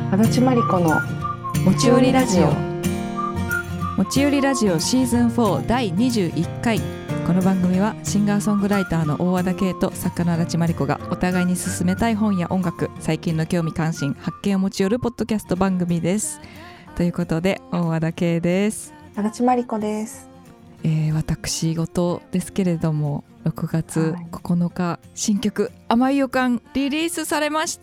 足立真理子の持ち寄りラジオ。 持ち寄りラジオシーズン4第21回。この番組はシンガーソングライターの大和田圭と作家の足立真理子がお互いに進めたい本や音楽、最近の興味関心発見を持ち寄るポッドキャスト番組です。ということで大和田圭です。 足立真理子です。 私事ですけれども6月9日、新曲甘い予感リリースされました。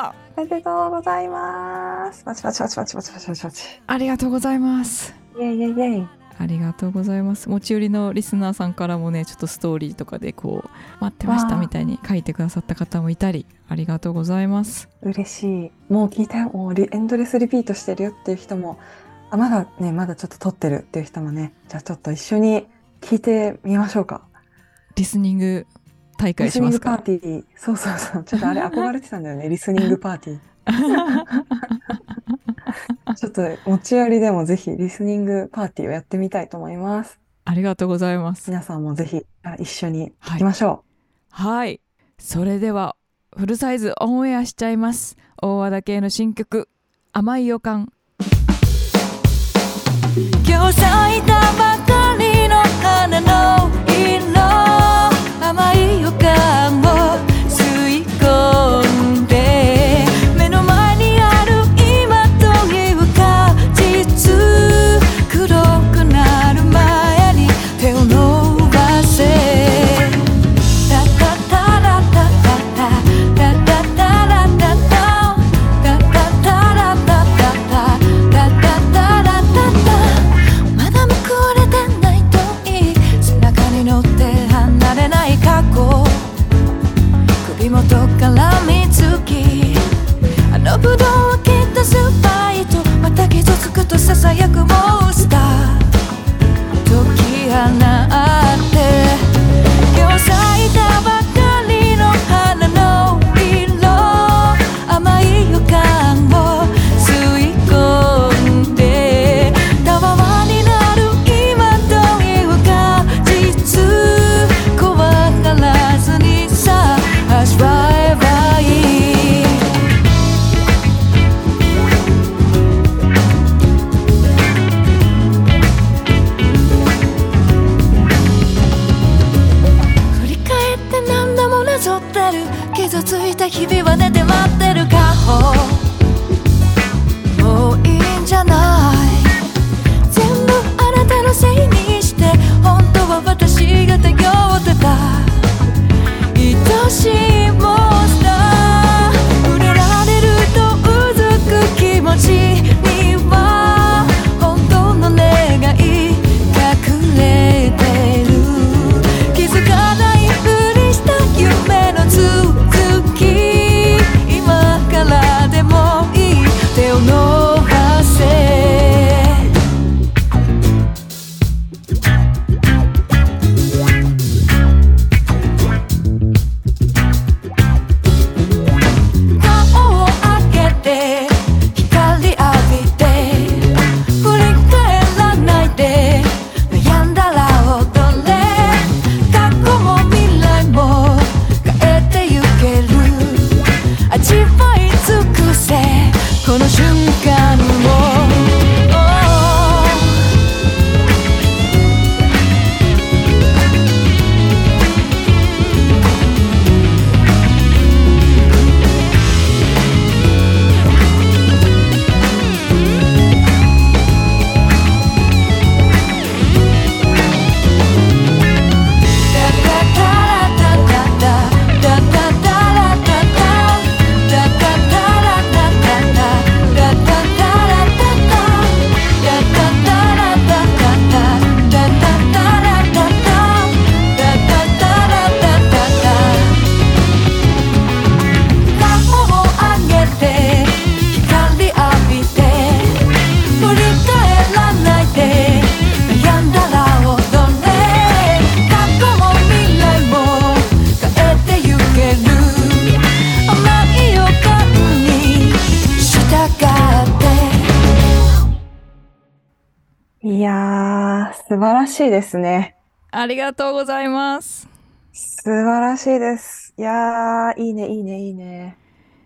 おめでとうございます。パチパチパチパチパチパチパチパチ。 ありがとうございます。 イエイイエイイエイ。 ありがとうございます。持ち寄りのリスナーさんからもね、ちょっとストーリーとかでこう待ってましたみたいに書いてくださった方もいたり、ありがとうございます。 嬉しい。もう聞いたよ、もうエンドレスリピートしてるよっていう人も、まだちょっと撮ってるっていう人もね、じゃあちょっと一緒に聞いてみましょうか。 リスニング大会しますか。 リスニングパーティー。そうそうそう。ちょっとあれ憧れてたんだよね。リスニングパーティー。ちょっと持ち寄りでもぜひリスニングパーティーをやってみたいと思います。 ありがとうございます。 皆さんもぜひ一緒に聞きましょう。はい。それではフルサイズオンエアしちゃいます。大和田圭の新曲甘い予感。今日咲いたばかりの花の色、甘い予感を吸い込んで、目の前にある今という果実、黒くなる前に手を伸ばせ。タタタラタタタタタタラタタタタタラタタタタタタラタタ。まだ報われてないといい、背中に乗って離れない過去、首元から見つき、あのブドウを切ったスパイとまた傷つくと囁くモンスター、解き放って今日咲いたばかりの花の色、甘い予感を吸い込んで、たわわになる今という果実、怖がらずにさ味わえばいい。振り返って何度もなぞってる、傷ついた日々は寝て待ってる過去、もういいんじゃない、全部あなたのせいにして、本当は私が頼ってた愛しいモンスター、触れられるとうずく気持ちには本当の願い隠れてる、気づかないふりした夢の続き、今からでもいい、手を伸ばせ。顔を上げて光浴びて、振り返らないで、悩んだら踊れ、過去も未来も変えてゆける、味わい尽くせこの瞬間を。 いやー、素晴らしいですね。 ありがとうございます。 素晴らしいです。いやー、いいね、いいね、いいね。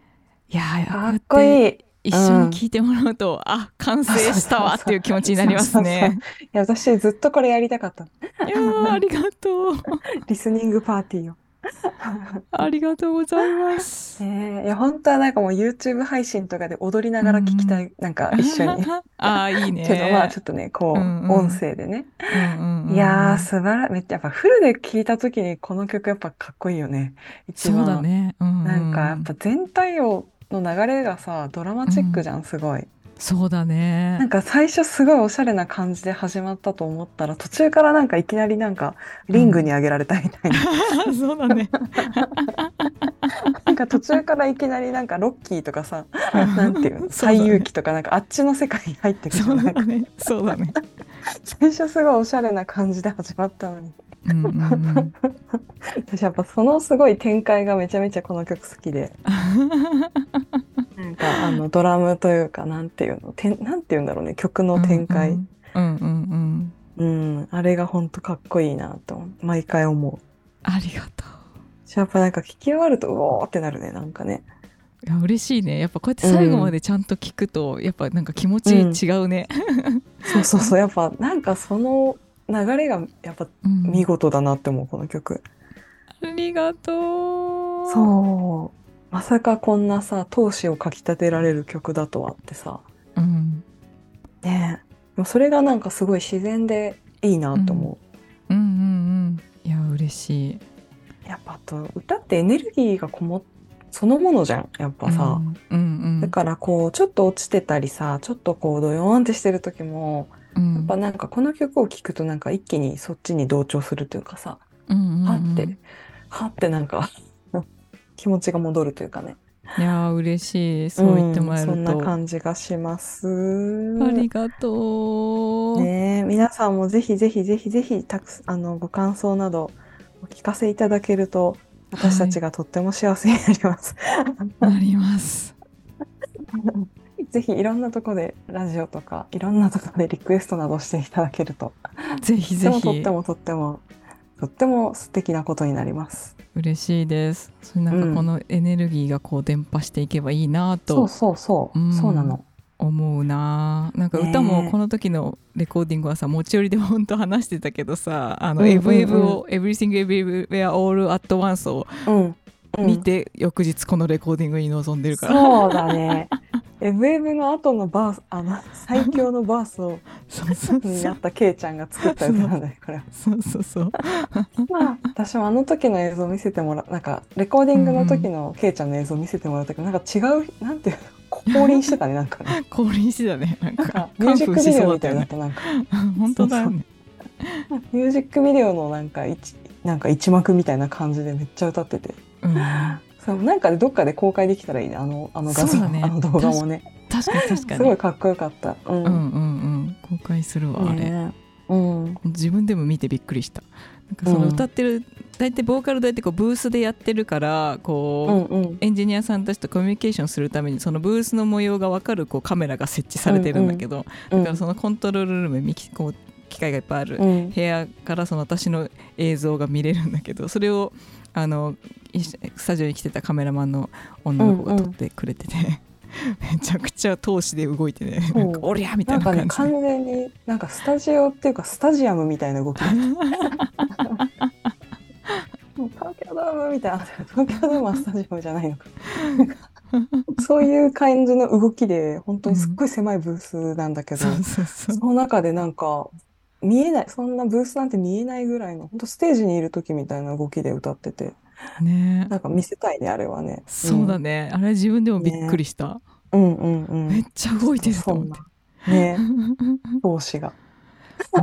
いやー、こうやっかっこいてい。 一緒にうん。 聞いてもらうと、あ、完成そうしたわっそうそう。 ていう気持ちになりますそうそうそう。いね。 や、私ずっとこれやりたかった。 いやー、ありがとう。 リスニングパーティーを。 ありがとうございます。 いや、本当はなんかもう YouTube 配信とかで踊りなうがら聞きんうん。 たい。なんか一緒に。 ああ、いいけどまあね。 ちょっとね、 うこう、音んうん。 声でね。 うんうんいやー、 うんうん。 めっちゃやっぱフルで聞いたときにこの曲やっぱかっこいいよね。一そうだ番。 ね。うんなんかうんやっぱ全体をの流れがさ、ドラマうん。うん。 チックじゃん、すごい。 そうだね。 なんか最初すごいおしゃれな感じで始まったと思ったら途中からなんかいきなりなんかリングうん。 に上げられたみたいな。 そうだね。 なんか途中からいきなりなんかロッキーとかさ、なんていうの、西そうだね。 遊記とかなんかあっちの世界に入ってくじそゃん。なんかうだね。そうだね。 最初すごいおしゃれな感じで始まったのに。 うんうん私やっぱそのすごい展開がめちゃめちゃこの曲好きで。 うん。 なんかドラムというかなんていうの、なんていうんだろうね、曲のうん展開。 うんうんうんうん。 うん、あれがほんとかっこいいなと毎回思う。 ありがとやっぱなんか聞き終わるとうおーってなるね、なんかね。 う。いや、嬉しいね。やっぱこうやってう最後まん、 でちゃんと聞くと、やっぱなんか気持うん。 ち違うね。 そうそうそう。やっぱなんかその流れがやっぱうん。 見事だなって思う、この曲。 ありがとう。 そう。まさかこんなさ、闘志をかき立てられる曲だとはってさ。 うん。 ねえ。でもそれがなんかすごい自然でいいなうん。 と思うんうんうん。いや、嬉しい。 う。やっぱあと歌ってエネルギーがそのものじゃん。やっぱさ。 うんうんだからこう、ちょっと落ちてたりさ、ちょっとこうドヨーンってしてる時も、 うんうんやっぱなんかこの曲を聴くとなんか一気にそっちに同調するというかさ、 うんうんはって、はってなんか気持ちが戻るというかね。 うん。いやー、嬉しい。 うそう言ってもん、 らえそんなると。 感じがします。 ありがとう。 ねえ、皆さんもぜひぜひぜひぜひたくさん、ご感想などお聞かせいただけると、私たはい。 ちがとっても幸せになります。 なります。 ぜひいろんなとこでラジオとかいろんなとこでリクエストなどしていただけると、 ぜひとってもとっぜひ。 てもとってもとっても素敵なことになります。 嬉しいです。それなんかこうん。 のエネルギーがこう伝播していけばいいなと、 そうそうそうう。そうなん、 の。 思うな。なんか歌もこねの時のレコーディングはさ、持ち寄りで本当話してたけどさ、 え。うんエブエブを、 うんうん。 Everything Everywhere All at Once をうんうん。 見て、翌日このレコーディングに臨んでるから。 そうだね。エブエブの後のバース、最強のバースをそうそうにそう。 なったケイちゃんが作ったそう歌なんだよ、これは。 そうそうそう。 まあ、私もあの時の映像を見せてもらう、なんか、レコーディうんうングの時ん。 のケイちゃんの映像を見せてもらったけど、なんか違う、なんていうの、降臨してたね、なんかね。 降臨してたね。なんなんか、 かミュージッカンフーしクビデオみそうだったよね。 たいだった、なんか。 本そうそう。 当だよね。 ミュージックビデオのなんか一幕みたいな感じでめっちゃ歌ってて。 うん。 そう、なんかでどっかで公開できたらいいね、あの画像、 そうだね。 動画もね。 確かに確かに。 すごいかっこよかった。うん。 うんうんうん。公開するわ、あれ。 ねえ。うん。 自分でも見てびっくりした。なんかその歌うん。 ってる、大体ボーカル大体こうブースでやってるから、 うこう、 んうん。 エンジニアさんたちとコミュニケーションするためにそのブースの模様が分かるこうカメラが設置されてるんだけど、だからうん。 そのコントロールルームこう機械がいっぱいあるうん。 部屋からその私の映像が見れるんだけど、それをあのスタジオに来てたカメラマンの女の子が撮ってくれてて、めちゃくちゃ闘志で動いてね、なんかそう。 おりゃみたいなんかね、 な感じで。 完全になんかスタジオっていうかスタジアムみたいな動きだった。もう東京ドームみたいな。東京ドームはスタジアムじゃないのか。なんかそういう感じの動きで、本当にすっうん、 ごい狭いブースなんだけど、 そうそうそう。 その中でなんか、見えない、そんなブースなんて見えないぐらいの、本当ステージにいる時みたいな動きで歌ってて、 ね、 なんか見せたいね、あれはね。うそうだん。 ね。あれ自分でもびっくね。 りした。 うんうんうめっん。 ちゃ動いてると思って。 そんな。ね。闘志が。 うん。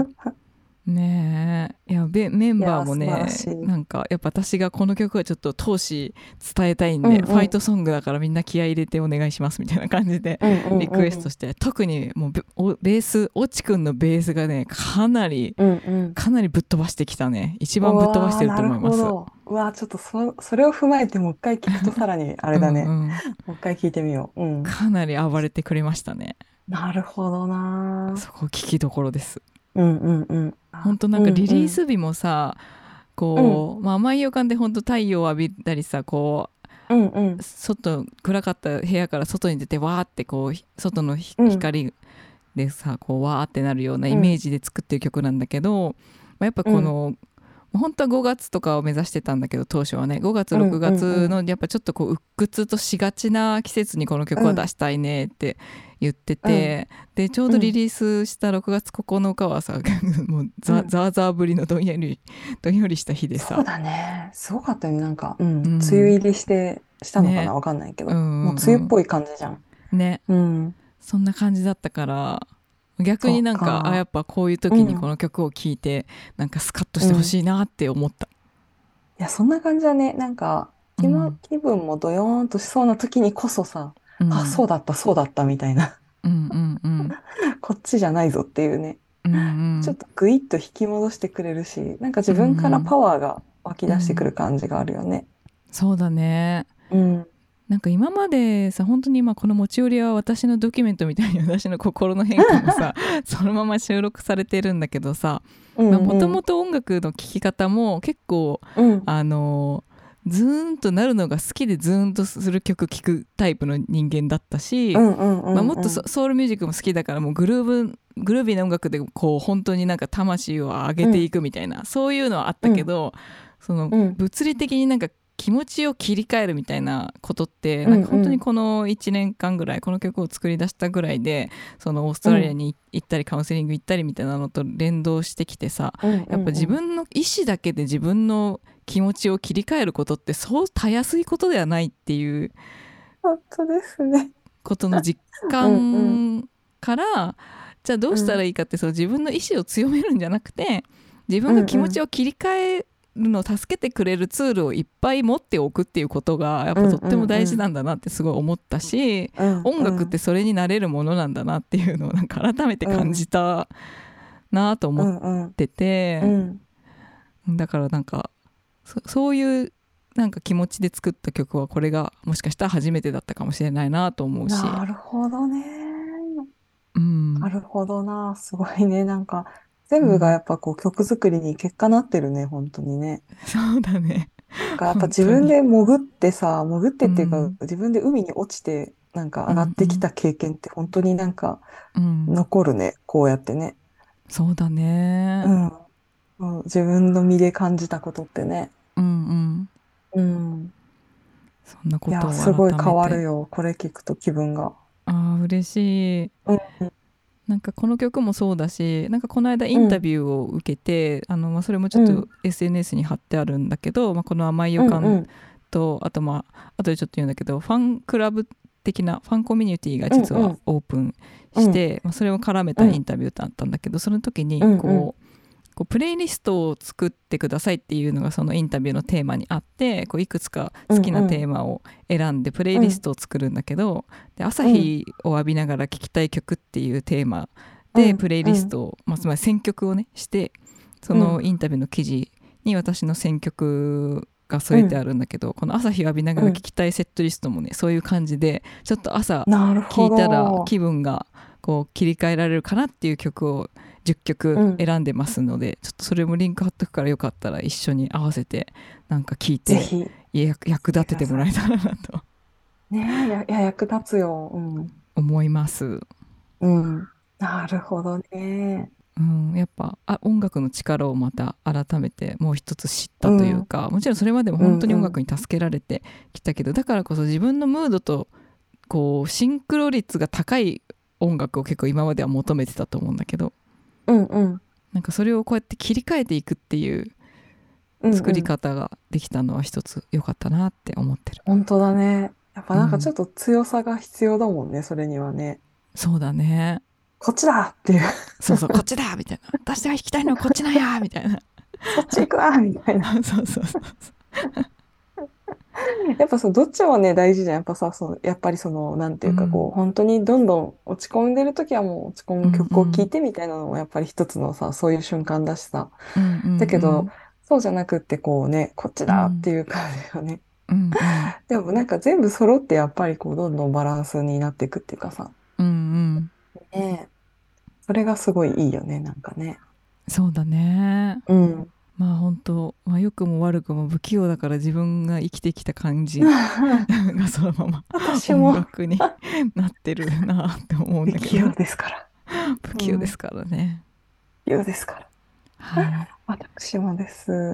ねえ。いや、メンバーいやー、素晴らもね、 しい。 なんか、やっぱ私がこの曲はちょっと闘志伝えたいんで、フうんうん。 ァイトソングだからみんな気合い入れてお願いしますみたいな感じでうんうんリクエうん。 ストして、特にもうベース、オチくんのベースがね、かなり、 うんうん。 かなりぶっ飛ばしてきたね。一う番ぶっ飛ばしわー、 てるとなる思います。 ほど。うわー、ちょっとそれを踏まえてもう一回聞くとさらにあれうんだね。 うん。 もう一回聞いてみよう。うん。 かなり暴れてくれましたね。 なるほどなそこ聞きどころです。 ー。うんうんうん。あ、う本当なんかんうん。 リリース日もさ、 うんこう、まあ、甘い予感で本当太陽を浴びたりさ、こううんうん。 外暗かった部屋から外に出てわーってこう外のうん。 光でさこうわーってなるようなイメーうん。 ジで作ってる曲なんだけど、まあ、やっぱうん。 この本当は5月とかを目指してたんだけど、当初はね5月6 うん。うん。う月ん。 のやっぱちょっとこう鬱屈としがちな季節にこの曲は出したいねって言ってうん。 て、でちょうどリリースした6月9日はさもううん。 ザーザー降りのどんよりした日でさ、 そうだね。すごかったよね。なんか、うん。梅雨うん入りしたのかね、 なわかんないけど。もううんうん梅雨っぽい感じじゃん。 ね、 うん。 そんな感じだったから、逆そうになんかやか。 っぱこういう時にこうん。 の曲を聴いてなんかスカッとしてほうん。 しいなって思った。 いや、そんな感じだね。なんか、 うん気分もドヨーンとしそうな時にこそさ、あ、 うんそうだった、そうだった、みたいな。 うんうんうんこっちじゃないぞっていうね。 うんうちょっんとグイッと引き戻してくれるし、なんか自うんう分からんパワーが湧き出してくうん、 る感じがあるよね。 そうだね。 うん。 なんか今までさ本当に今この持ち寄りは私のドキュメントみたいに私の心の変化もさそのまま収録されてるんだけどさ、 うんもともうん。 と音楽の聴き方も結構うん。 あのズーンとなるのが好きでズーンとする曲聴くタイプの人間だったし、 うんうんうまあ、もっとんうん。 ソウルミュージックも好きだからもうグルービーな音楽でこう本当になんか魂を上げうん。 ていくみたいなそういうのはあったうん。 けど、そのうん。 物理的になんか気持ちを切り替えるみたいなことってうん。 なんか本当にうん。 この1年間ぐらいこの曲を作り出したぐらいでそのオーストラリアうん。 に行ったりカウンセリング行ったりみたいなのと連動してきてさ、 うん。 やっぱ自うん。 分の意思だけで自分の気持ちを切り替えることってそうたやすいことではないっていう本当ですね。 ことの実うんうん。 感から、じゃあどうしたらうん。 いいかって、そう自分の意思を強めるんじゃなくて自分が気持ちうんうん。 を切り替えるのを助けてくれるツールをいっぱい持っておくっていうことがやっうんぱとっても大事うんうん。 なんだなってすごい思ったし、 うん音楽ってうん。 それになれるものなんだなっていうのをなんか改めて感うん。 じたなと思っうんうん。 てて、 うん。 だからなんかそういうなんか気持ちで作った曲はこれがもしかしたら初めてだったかもしれないなと思うし、 なるほどね。 うんなるほどな。すごいね。なんか、全部がやうん、 っぱこう曲作りに結果なってるね。本当にね。 そうだね。 なんかやっぱ本当に。 自分で潜ってさ、潜ってっていうか、 うん自分で海に落ちて、なんかう上がんうんってきた経験って本当になんかうん残るね。こうやってね。 そうだね。 うん。うん、自分の身で感じたことってね。 うんうんうん。 そんないや、 ことをすごい変わる改めて。 よ。これ聞くと気分が。 ああ嬉しい。 うん。 なんかこの曲もそうだし、なんかこの間イうん。 ンタビューを受けてまあ、それもちょっとうん。 SNS に貼ってあるんだけど、まあ、この甘いうん。 予感うん。 とあとまあ後でちょっと言うんだけどファンクラブ的なファンコミュニティがうん。 実はうん。 オープンうん。 して、まあ、それを絡めたインタビューだったんだけど、その時にうん。うん。 こうプレイリストを作ってくださいっていうのがそのインタビューのテーマにあって、こういくつかうん。 好きなうん。 テーマを選んでプレイリスうん。 トを作るんだけど、で朝うん。 日を浴びながら聴きたい曲っていうテーマうん。 でプレイリストを、まあ、つまり選曲をねしてそうん。 のインタビューの記事に私の選曲がうん。 添えてあるんだけど、この朝日を浴びながうん。 ら聴きたいセットリストもねそういう感じでちょっと朝なるほ聴いたらど。 気分がこう切り替えられるかなっていう曲を10曲うん。 選んでますので、ちょっとそれもリンク貼っとくからよかったら一緒に合わせてなんか聞いてぜひ、 役立ててもらえてください。 たらなとねえ、役立つよ。うん。 思います。 うん。なるほどね。 うん、やっぱ音楽の力をまた改めてもう一つ知ったといううん。 か、もちろんそれまでもうん。 本当に音楽うん。 に助けられてきたけど、だからこそ自分のムードとこうシンクロ率が高い音楽を結構今までは求めてたと思うんだけど、 うん。うん。 なんかそれをこうやって切り替えていくっていううん。 作りうん。 方ができたのは一つ良かったなって思ってる。 本当だね。やっぱなんかちょうん、 っと強さが必要だもんね。それにはね。 そうだね。 こっちだっていう。 そうそう、こっちだみたいな。私が弾きたいのはこっちなんやみたいな。 そっち行くわみたいな。 そうそうそう。 やっぱどっちもね、大事じゃん。やっぱさ、やっぱりなんていうかこう、 うん、 本当にどんどん落ち込んでる時はもう落ち込うん、うむ曲を聴いん、 てみたいなのもやっぱり一つのさ、そういう瞬間だしさ。 うん、うん、 だけど、 うん、 そうじゃなくってこうね、こっちだってうん、 いう感じよね。 うん、うん、 でもなんか全部揃ってやっぱりこう、どんどんバランスになっていくっていうかさ。 うん、 ねえ、それがすごいいいよね、なんかね。 そうだね。 うん。 まあ本当、まあ、良くも悪くも不器用だから自分が生きてきた感じがそのまま音私も楽になってるなって思うんだ不器用けど、 ですから。 不器用ですからね。 不器用ですから。 は私もです。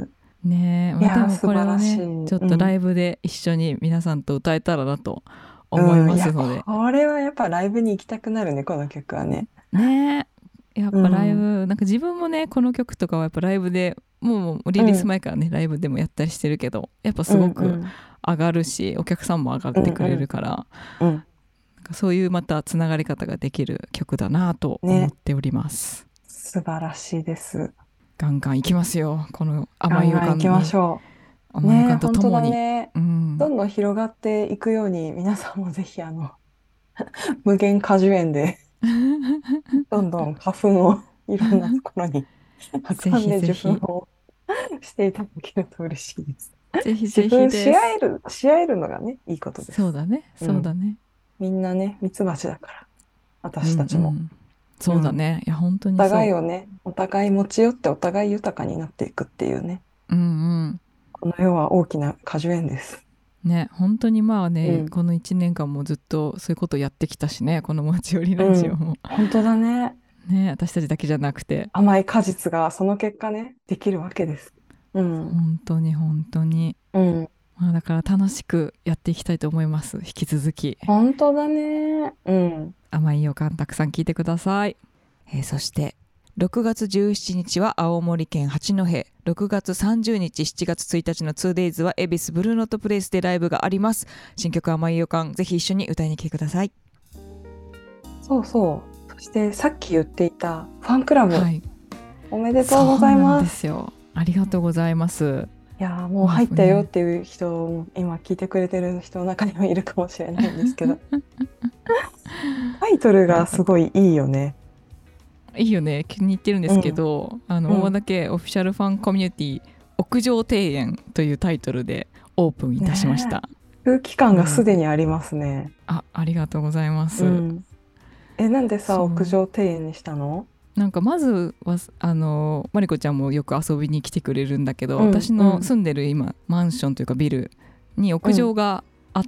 い。ねえ、 いやー、 まあでもこれは素晴らしい。 ね、ちょっとライブで一緒に皆さんと歌えたらなと思いうん、いや、 ますので。 これはやっぱライブに行きたくなるね、この曲はね。 ねえ、やっうぱライブ、 ん、 なんか自分もね、この曲とかはやっぱライブでもうリリースうん、 前からね、ライブでもやったりしてるけど、やっぱうん、うすごくん、 上がるし、お客さんも上がっうん、 てくれるから、 うん。 なんかそういうまたつながり方ができる曲だなと思っね、 ております。 素晴らしいです。 ガンガンいきますよ、このガ甘い予ンガン行きまし感に、 ょう。ね、 甘い予感と本当だともに。 ね。 うん。 どんどん広がっていくように、皆さんもぜひ、無限果樹園で、どんどん花粉をいろんなところにぜひ運んで受ぜひ、 粉をしていただけると嬉しいです。 ぜひぜひ自分です。 し合えるのがね、いいことです。 そうだね、 うん。 そうだね。 みんなね、ミツバチだから、 うんう私たちも。 ん。 うん。 そうだね。いや、本当おにそ互いをね、お互い持ち寄ってお互い豊かになっていくっていうね、 う。うんうん。 この世は大きな果樹園です。 ね、本当にまあね、 うん。 この1年間もずっとそういうことやってきたしね、この持ち寄りラうん。 ジオも。 本当だね。 ね、私たちだけじゃなくて、 甘い果実がその結果ね、できるわけです。うん。 本当に本当に。 うん。 まあ、だから楽しくやっていきたいと思います。引き続き。 本当だね。うん。 甘い予感たくさん聞いてください。そして6月17日は青森県八戸、6月30日7月1日の 2days は恵比寿ブルーノートプレイスでライブがあります。新曲甘い予感、ぜひ一緒に歌いに来てください。 そうそう。そしてさっき言っていたファンクラブ、 はい、 おめでとそううございなんでます。 すよ。ありがとうございます。 いやー、もうも入ったよっうね、 ていう人も今聞いてくれてる人の中にはいるかもしれないんですけど、タイトルがよかった。 すごいいいよね。 いいよね、気に入ってるんですけうん。 ど、大和うん。 田家オフィシャルファンコミュニティ屋上庭園というタイトルでオープンいたしましねた。 え。空気感がすもう、 でにありますね。 ありがとうございます。 うん。なんでさ、 そう。 屋上庭園にしたの？ なんかまずはマリコちゃんもよく遊びに来てくれるんだけど、 うん私のうん住んでる今マンションというかビルに屋うん上があって、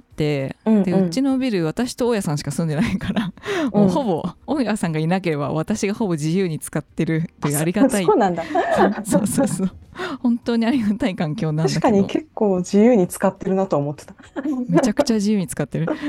うんでうちのビル私と大家さんしか住んでないからうん。 もうほぼ大家さんがいなければ私がほぼ自由に使ってるとあ、 いうありがたい、 そうなんだ。 そうそうそう本当にありがたい環境なん確かにだけど、 結構自由に使ってるなと思ってた。 めちゃくちゃ自由に使ってる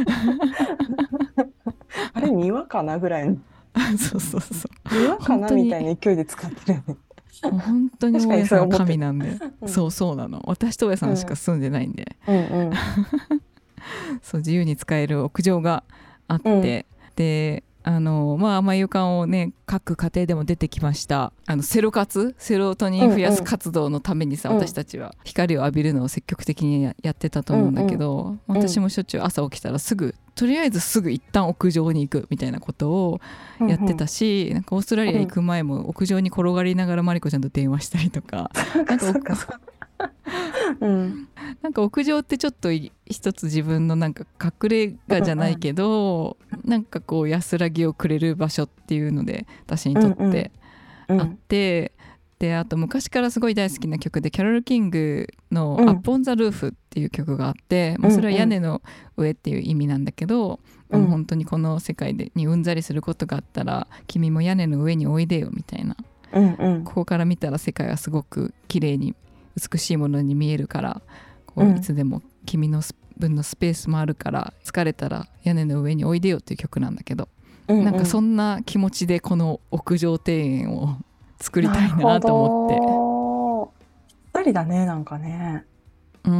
あれ、庭かなぐらいの。 そうそうそう、 庭かなみた本当にいな勢いで使ってるよね。 もう本当に確かに大家さんはそれ思ってた。 神なんで、 うんそうそうなの、私と大家さんしかうん住んでないんで、 うんそう自由に使える屋上があっうんて、でまあ甘い予感をね各家庭でも出てきました、セロトニン増やすうんうん活動のためにさ、 うん私たちは光を浴びるのを積極的にやってたと思うんだけうんうんど、 うん私もしょっちゅう朝起きたらとりあえずすぐ一旦屋上に行くみたいなことをやってたし、なんかオーストラリア行く前も屋上に転がりながらマリコちゃんと電話したりとか、 そうかなんかそうかそうか。うんなんか屋上ってちょっと一つ自分のなんか隠れ家じゃないけど、なんかこう安らぎをくれる場所っていうので私にうんうんとってあっうんて、であと昔からすごい大好きな曲でキャロル・キングの「アッうんプ・オン・ザ・ルーフ」っていう曲があって、まあ、それは屋うんうん根の上っていう意味なんだけど、もううん本当にこの世界にうんざりすることがあったら君も屋根の上においでよみたいな、 うんうんここから見たら世界はすごく綺麗に美しいものに見えるから、こうんういつでも君の分のスペースもあるから疲れたら屋根の上においでよっていう曲なんだけど、 うんなんかそうん。 んな気持ちでこの屋上庭園を作りたいなるほなと思って、 ど。ぴったりだね、なんかね。 うん、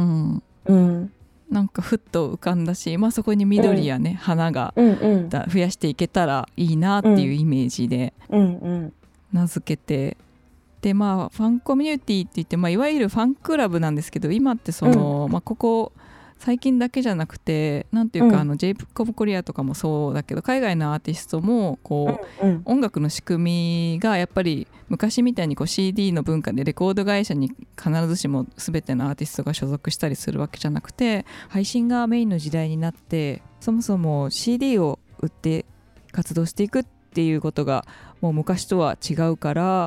うんなんかふっと浮かんだし、まあ、そこに緑やね、花がうんうん増やしていけたらいいなっうんていうイメージでうんうん名付けて、でまあファンコミュニティって言って、まあ、いわゆるファンクラブなんですけど、今ってその、まあ、ここ最近だけじゃなくて、なんていうか、J-POP コリアとかもそうだけど、海外のアーティストもこううん音楽の仕組みがやっぱり昔みたいにこう CD の文化でレコード会社に必ずしも全てのアーティストが所属したりするわけじゃなくて、配信がメインの時代になって、そもそも CD を売って活動していくっていうことがもう昔とは違うから、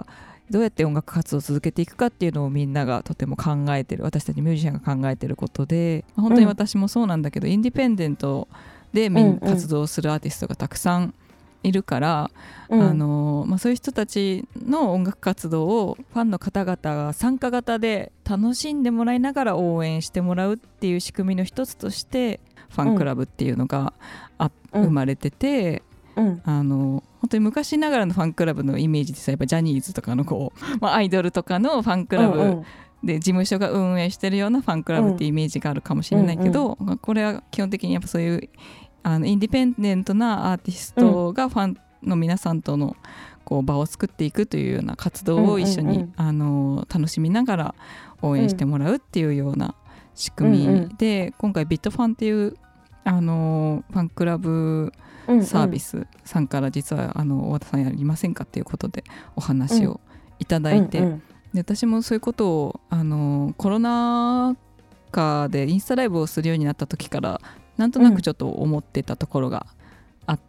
どうやって音楽活動を続けていくかっていうのをみんながとても考えてる、私たちミュージシャンが考えてることで、本当に私もそうなんだけど、インディペンデントで活動するアーティストがたくさんいるから、そういう人たちの音楽活動をファンの方々が参加型で楽しんでもらいながら応援してもらうっていう仕組みの一つとしてファンクラブっていうのが生まれてて、本当に昔ながらのファンクラブのイメージでさ、やっぱジャニーズとかのアイドルとかのファンクラブで事務所が運営してるようなファンクラブっていうイメージがあるかもしれないけど、これは基本的にやっぱそういうインディペンデントなアーティストがファンの皆さんとの場を作っていくというような活動を一緒に、楽しみながら応援してもらうっていうような仕組みで、今回ビットファンっていうファンクラブサービスさんから実は大田さんやりませんかっていうことでお話をいただいて、で私もそういうことをコロナ禍でインスタライブをするようになった時からなんとなくちょっと思ってたところがあって、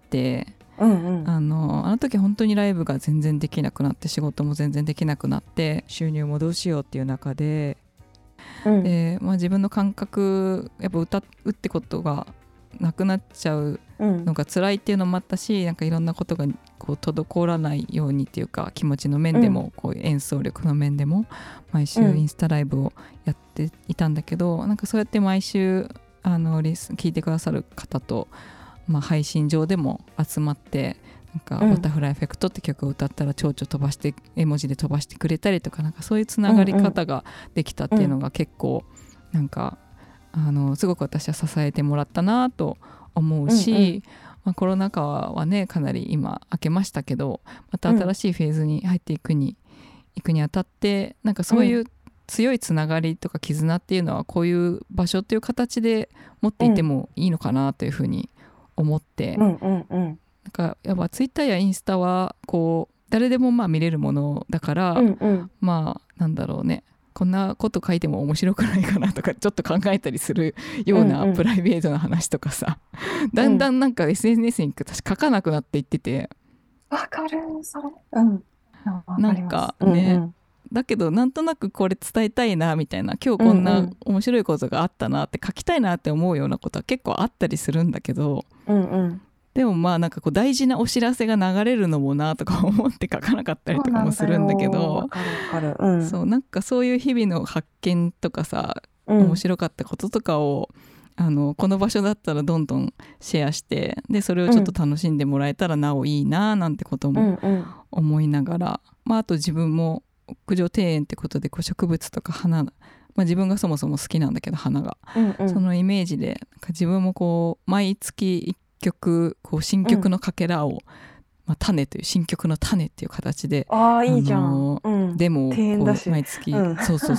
あの時本当にライブが全然できなくなって、仕事も全然できなくなって、収入もどうしようっていう中で、で自分の感覚やっぱ歌うってことがなくなっちゃうのが辛いっていうのもあったし、なんかいろんなことが滞らないようにっていうか、気持ちの面でも演奏力の面でも毎週インスタライブをやっていたんだけど、なんかそうやって毎週聞いてくださる方と、配信上でも集まって、なんかバタフライエフェクトって曲を歌ったら蝶々飛ばして絵文字で飛ばしてくれたりとか、なんかそういうつながり方ができたっていうのが結構なんかすごく私は支えてもらったなと思うし、コロナ禍はねかなり今明けましたけど、また新しいフェーズに入っていくにあたって、なんかそういう強いつながりとか絆っていうのはこういう場所っていう形で持っていてもいいのかなというふうに思って、なんかやっぱツイッターやインスタは誰でも見れるものだから、なんだろうね、こんなこと書いても面白くないかなとかちょっと考えたりするようなプライベートな話とかさ、だんだんなんか SNS に私書かなくなっていってて、 わかるそれ、 なんかね、だけどなんとなくこれ伝えたいなみたいな、今日こんな面白いことがあったなって書きたいなって思うようなことは結構あったりするんだけど、でもなんか大事なお知らせが流れるのもなとか思って書かなかったりとかもするんだけど、そうなんかそういう日々の発見とかさ、面白かったこととかをこの場所だったらどんどんシェアして、でそれをちょっと楽しんでもらえたらなおいいななんてことも思いながら、あと自分も屋上庭園ってことで植物とか花、自分がそもそも好きなんだけど花が、そのイメージでなんか自分も毎月1曲新曲のかけらを、種という新曲の種っていう形でいいじゃん、 デモを毎月、そう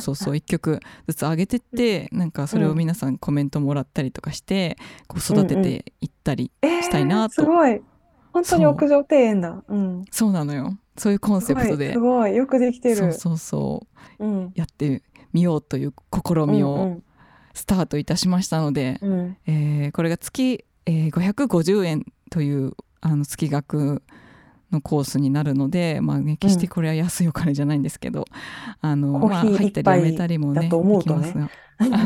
1曲ずつ上げてって、なんかそれを皆さんコメントもらったりとかして育てていったりしたいなと、 すごい本当に屋上庭園だ、 そうなのよ、そういうコンセプトですごいよくできてる、 やってみようという試みをスタートいたしましたので、これが月、550円という月額のコースになるので、決してこれは安いお金じゃないんですけど、入ったりやめたりもねできますが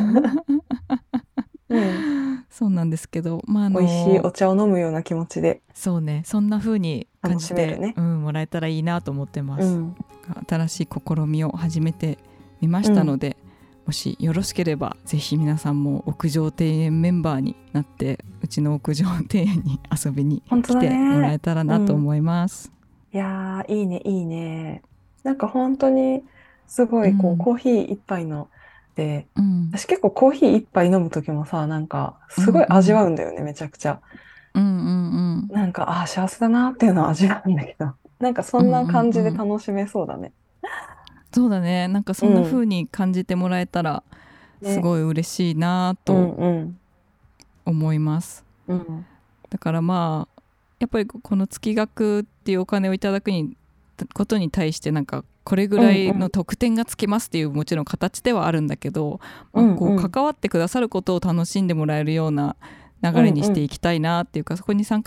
そうなんですけど、 美味しいお茶を飲むような気持ちで、 そうね、そんな風に感じて、もらえたらいいなと思ってます、新しい試みを始めてみましたので、もしよろしければぜひ皆さんも屋上庭園メンバーになってうちの屋上庭園に遊びに来てもらえたらなと思います、 いやいいねいいね、なんか本当にすごいコーヒー一杯ので、私結構コーヒー一杯飲む時もさ、なんかすごい味わうんだよね、めちゃくちゃ、なんか幸せだなっていうのは味わうんだけど、なんかそんな感じで楽しめそうだね、 そうだね、なんかそんな風に感じてもらえたらすごい嬉しいなと思います、だからやっぱりこの月額っていうお金をいただくことに対してなんかこれぐらいの特典がつきますっていうもちろん形ではあるんだけど、関わってくださることを楽しんでもらえるような流れにしていきたいなっていうか、そこに参加し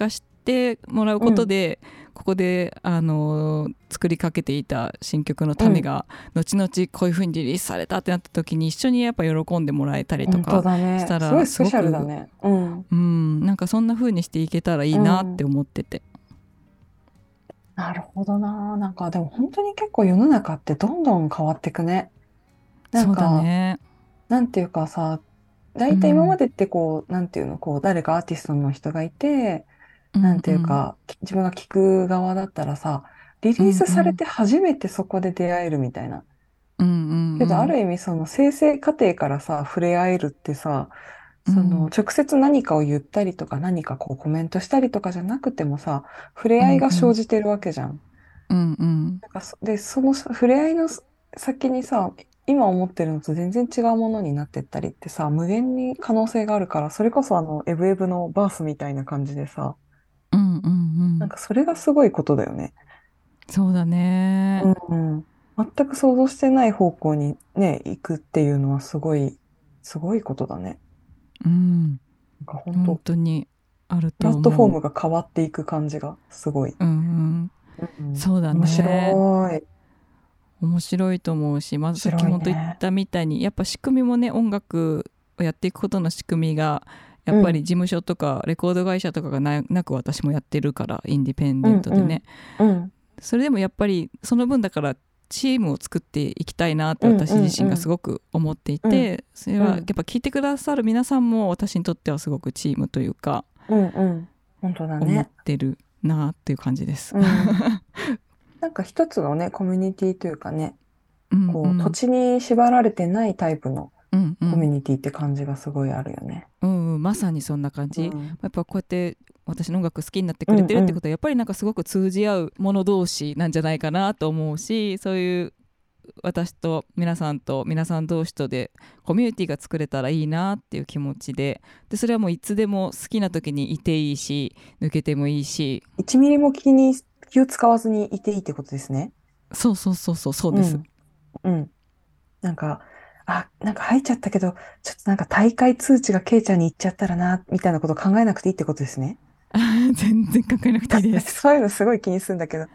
ってもらうことで、ここで作りかけていた新曲の種が後々こういう風にリリースされたってなった時に一緒にやっぱ喜んでもらえたりとかしたら、 すごいスペシャルだね。 なんかそんな風にしていけたらいいなって思ってて、 なるほどな。なんかでも本当に結構世の中ってどんどん変わっていくね。なんそうだか、 ね。 なんていうかさ、大体今までってこう、なんていうの、こう、誰かアーティストの人がいて、なんていうか、自分が聞く側だったらさ、リリースされて初めてそこで出会えるみたいな。けど、ある意味その生成過程からさ、触れ合えるってさ、その直接何かを言ったりとか何かこうコメントしたりとかじゃなくてもさ、触れ合いが生じてるわけじゃん。なんかで、その触れ合いの先にさ、今思ってるのと全然違うものになってったりってさ、無限に可能性があるから、それこそエブエブのバースみたいな感じでさ、なんかそれがすごいことだよね。 そうだね。 全く想像してない方向にね、行くっていうのはすごい、すごいことだね。なんか本当にあると思う。 プラットフォームが変わっていく感じがすごい。 そうだね。 面白い。 面白いと思うし、まずさっき本当言ったみたいに、やっぱ仕組みもね、音楽をやっていくことの仕組みがやっぱり事務所とかレコード会社とかがなく私もやってるから、インディペンデントでね、それでもやっぱりその分だからチームを作っていきたいなって私自身がすごく思っていて、それはやっぱ聞いてくださる皆さんも私にとってはすごくチームというか、 本当だね、 思ってるなっていう感じです。 なんか一つのね、コミュニティというかね、こう土地に縛られてないタイプのコミュニティって感じがすごいあるよね。 まさにそんな感じ。やっぱこうやって私の音楽好きになってくれてるってことは、やっぱりなんかすごく通じ合う者同士なんじゃないかなと思うし、そういう私と皆さんと皆さん同士とでコミュニティが作れたらいいなっていう気持ちで、それはもういつでも好きな時にいていいし、抜けてもいいし、 1ミリも気を使わずにいていいってことですね。 そうです。 なんか入っちゃったけど、ちょっとなんか大会通知がケイちゃんに行っちゃったらな、みたいなこと考えなくていいってことですね。 全然考えなくていいです。 そういうのすごい気にするんだけど。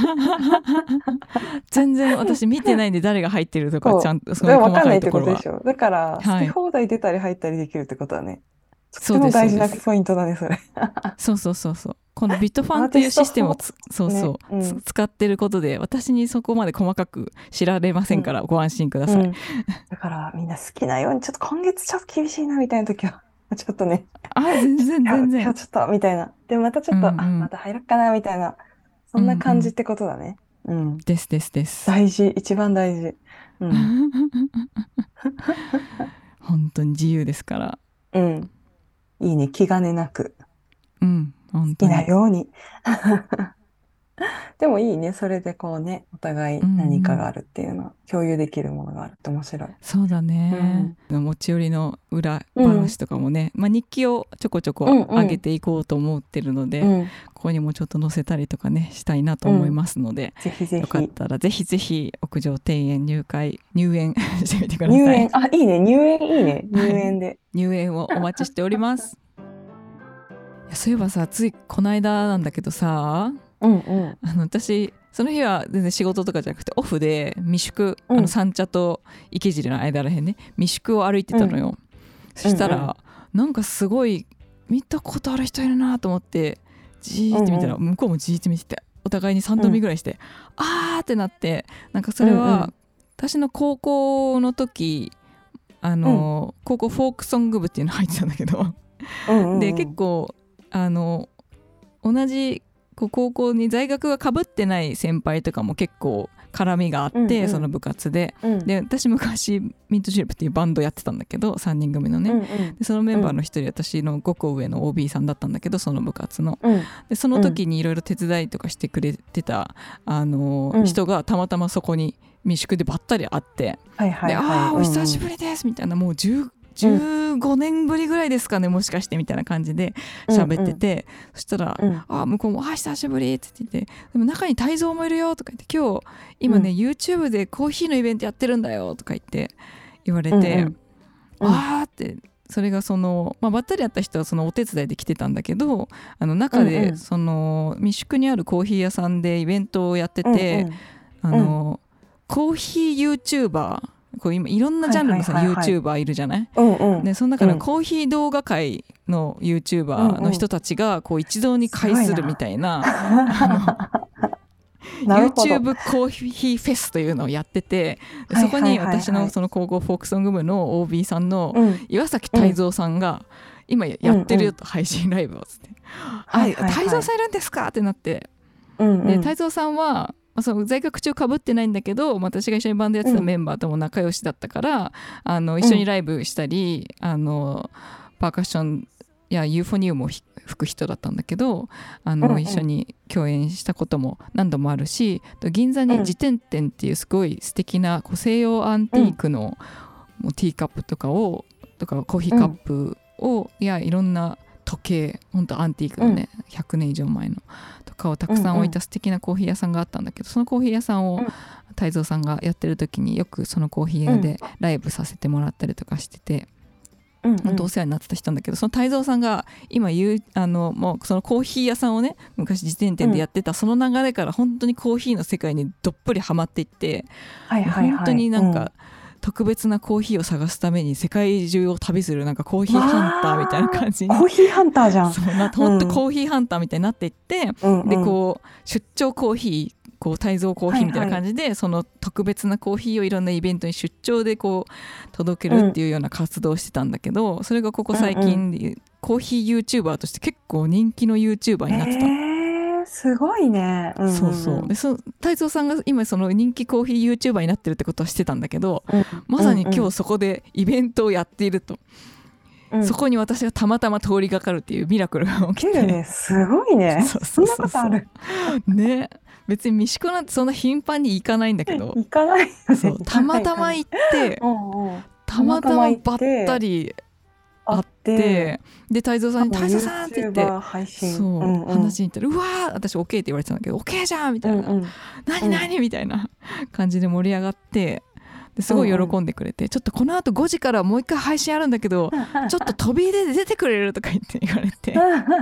全然私見てないんで、誰が入ってるとかちゃんとそういう細細かいところは。分かんないってことでしょ。だから、好き放題出たり入ったりできるってことはね。とても大事なポイントだね、それ。 そう。このビットファンっていうシステムを使ってることで、私にそこまで細かく知られませんから、ご安心ください。 だからみんな好きなように、ちょっと今月ちょっと厳しいなみたいな時は、ちょっとね。 全然。 今日ちょっとみたいな。でもまたちょっと、また入ろっかなみたいな。そんな感じってことだね。 です。 大事、一番大事。 本当に自由ですから。 いいね、気兼ねなく。 好きなように。でもいいね、それでこうね、お互い何かがあるっていうのは、共有できるものがあるって面白い。 そうだね。持ち寄りの裏話とかもね、日記をちょこちょこ上げていこうと思ってるので、ここにもちょっと載せたりとかね、したいなと思いますので、 ぜひぜひ。 よかったらぜひぜひ屋上庭園入園してみてください。 いいね、入園いいね、入園で。 入園をお待ちしております。そういえばさ、ついこの間なんだけどさ、私その日は全然仕事とかじゃなくてオフで未宿、三茶と池尻の間らへんね、未宿を歩いてたのよ。そしたら、なんかすごい見たことある人いるなと思ってじーって見たら、向こうもじーって見てて、お互いに3度見ぐらいして、あーってなって、なんかそれは、私の高校の時高校フォークソング部っていうの入ってたんだけどで結構同じ高校に在学がかぶってない先輩とかも結構絡みがあって、その部活で、で私昔ミントシルプっていうバンドやってたんだけど、3人組のね、でそのメンバーの一人、私の5個上の OB さんだったんだけど、その部活の、でその時にいろいろ手伝いとかしてくれてた人がたまたまそこに未宿でばったり会って、でお久しぶりですみたいな、もう15年ぶりぐらいですかね、もしかしてみたいな感じで喋ってて、そしたら、向こうも久しぶりって言ってて、でも中に泰造もいるよとか言って、今ね、YouTube でコーヒーのイベントやってるんだよとか言われて、ってそれがその、ばったり会った人はそのお手伝いで来てたんだけど、中でその三宿にあるコーヒー屋さんでイベントをやってて、コーヒー YouTuber、こう今いろんなジャンルのさ、YouTuber いるじゃない、でその中のコーヒー動画界の YouTuber の人たちがこう一堂に会するみたいな、YouTube コーヒーフェスというのをやってて、そこに私のその高校フォークソング部の OB さんの岩崎泰造さんが今やってるよと、配信ライブをつって、泰造さんいるんですかってなって、で泰造さんはその在学中かぶってないんだけど、私が一緒にバンドやってたメンバーとも仲良しだったから、一緒にライブしたり、パーカッションやユーフォニウムを吹く人だったんだけど、一緒に共演したことも何度もあるし、銀座に自転店っていうすごい素敵な西洋アンティークのティーカップとかコーヒーカップを、いろんな時計、本当アンティークのね、100年以上前のとかをたくさん置いた素敵なコーヒー屋さんがあったんだけど、そのコーヒー屋さんを泰造さんがやってる時によくそのコーヒー屋でライブさせてもらったりとかしてて、本当お世話になってた人なんだけど、その泰造さんが今もうそのコーヒー屋さんをね、昔自転店でやってたその流れから本当にコーヒーの世界にどっぷりハマっていって、本当になんか特別なコーヒーを探すために世界中を旅する、なんかコーヒーハンターみたいな感じに、 コーヒーハンターじゃん。 本当コーヒーハンターみたいになっていって、でこう出張コーヒー、こう泰造コーヒーみたいな感じで、その特別なコーヒーをいろんなイベントに出張でこう届けるっていうような活動をしてたんだけど、それがここ最近、コーヒー YouTuber として結構人気の YouTuber になってたの。 すごいね。 そうそう。で泰造さんが今その人気コーヒー YouTuber になってるってことはしてたんだけど、まさに今日そこでイベントをやっていると、そこに私がたまたま通りがかるっていうミラクルが起きて、 すごいね。そんなことあるね。別に三宿なんてそんな頻繁に行かないんだけど、 行かない。 そうたまたま行ってたまたまばったり会って、で泰造さんに「泰造さん」って言ってそう話に行ったら「うわー私 OK」って言われてたんだけど「OK じゃん」みたいな「何何?」みたいな感じで盛り上がって、ですごい喜んでくれて、ちょっとこのあと5時からもう一回配信あるんだけどちょっと飛び入れで出てくれるとか言われて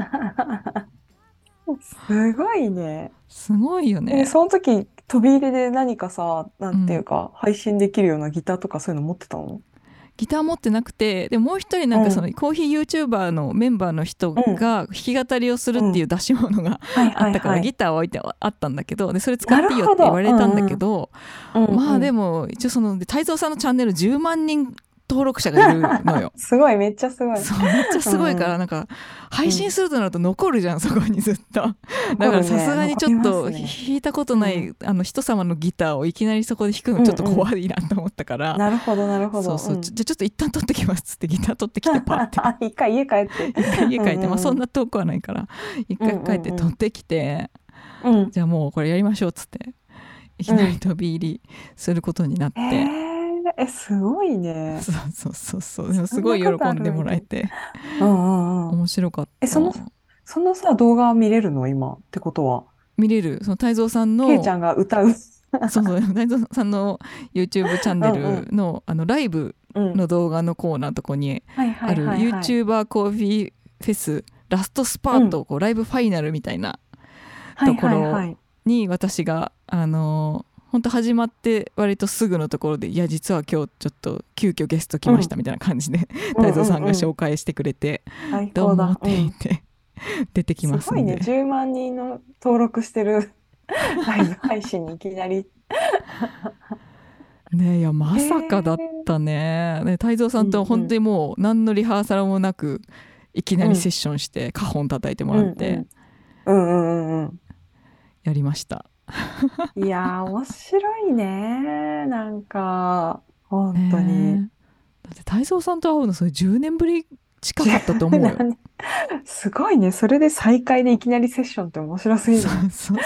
すごいね。 すごいよね。 その時飛び入れで何かさ、なんていうか、配信できるようなギターとかそういうの持ってたの？ ギター持ってなくて、でもう一人なんかそのコーヒー YouTuber のメンバーの人が弾き語りをするっていう出し物があったからギターを置いてあったんだけど、でそれ使っていいよって言われたんだけど、まあでも一応その泰造さんのチャンネル10万人登録者がいるのよ。 すごい、めっちゃすごい。 そう、めっちゃすごいから、なんか配信するとなると残るじゃん、そこにずっと。だからさすがにちょっと弾いたことない人様のギターをいきなりそこで弾くのちょっと怖いなと思ったから、 なるほどなるほど。 そうそう、じゃあちょっと一旦取ってきますっつってギター取ってきてパッて一回家帰って、 まあそんな遠くはないから一回帰って取ってきて、じゃあもうこれやりましょうっつっていきなり飛び入りすることになって。 すごいね。 そうでもすごい喜んでもらえて面白かった。 そのさ動画見れるの今ってことは？ 見れる。その泰造さんのケイちゃんが歌うそう泰造さんの YouTube チャンネルのライブの動画のコーナーのとこにある YouTuber コーヒーフェスラストスパート、ライブファイナルみたいなところに私が本当始まって割とすぐのところで、いや実は今日ちょっと急遽ゲスト来ましたみたいな感じで泰造さんが紹介してくれて、どうもって言って出てきますんで。 すごいね、10万人の登録してるライブ配信にいきなりね。いやまさかだったね。泰造さんと本当にもう何のリハーサルもなくいきなりセッションしてカホン叩いてもらってやりました。 いやー面白いね。なんか本当に、 だって泰造さんと会うのそれ10年ぶり近かったと思うよ。 すごいね。それで再会でいきなりセッションって面白すぎる。 そう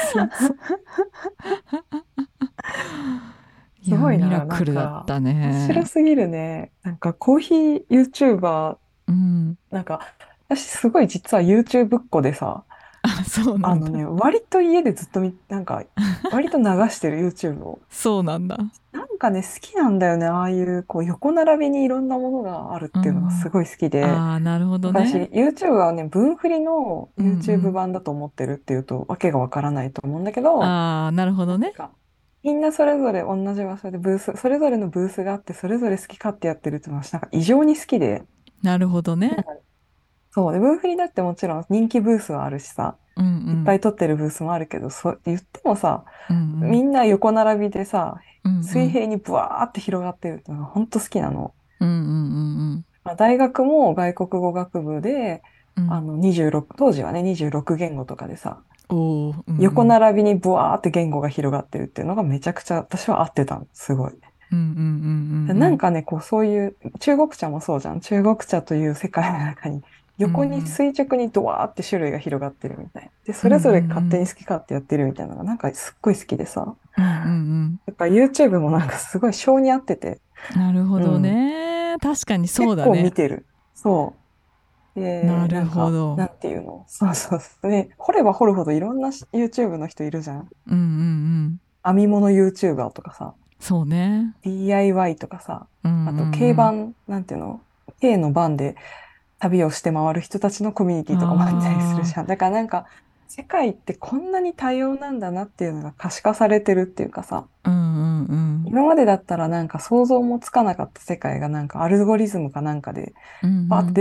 すごいな。 ミラクルだったね。 面白すぎるね。なんかコーヒー YouTuber、なんか私すごい実は YouTube っ子でさ、 そうなんだ。 割と家でずっとなんか割と流してる YouTube を。 そうなんだ。 なんなんかね、好きなんだよね。ああいう、こう、横並びにいろんなものがあるっていうのがすごい好きで。 ああ、なるほど私、 ね。 YouTube はね、分振りのうんう YouTube ん。 版だと思ってるっていうと、わけがわからないと思うんだけど、 ああ、なるほどね。 なんか、みんなそれぞれ同じ場所でブース、それぞれのブースがあって、それぞれ好き勝手やってるっていうのは、なんか異常に好きで。 なるほどね。 そう。で、分振りだってもちろん人気ブースはあるしさ、 うんういっぱん。 い撮ってるブースもあるけど、そう言ってもさ、 うんうん。 みんな横並びでさ、 うんうん。 水平にブワーって広がってるっていうのが本当好きなの。 うんうんうんうん。 まあ、大学も外国語学部で、 うん。 26、当時はね、26言語とかでさ、 おー、うんう横ん。 並びにブワーって言語が広がってるっていうのがめちゃくちゃ私は合ってたの、すごい。 うんうんうんうんなんかね、こうそういう、中国茶もそうじゃん。中国茶という世界の中に、 うん。うん横にうん。 垂直にドワーって種類が広がってるみたいな。で、 うんうんうそれぞれ勝手にん。 好き勝手やってるみたいなのがなんかすっごい好きでさ。 うんうんうん。 やっぱ YouTube もなんかすごい性に合ってて、 なるほどうん。 ね。確かにそう結構見だね。 てる。そう。で、 なるなんか、 ほど。 なんていうの、そうそうそう。ね、掘れば掘るほどいろんなYouTube の人いるじゃん。 うんうんうん。 編み物 YouTuber とかさ、 そうね。 DIY とかさ、 うんうんあとうん。 軽バン、なんていうの、軽のバンで旅をして回る人たちのコミュニティとかもあったりするああ、 じゃん。だからなんか、世界ってこんなに多様なんだなっていうのが可視化されてるっていうかさ、 うんうんうん。 今までだったらなんか想像もつかなかった世界がなんかアルゴリズムかなんかでうんうん。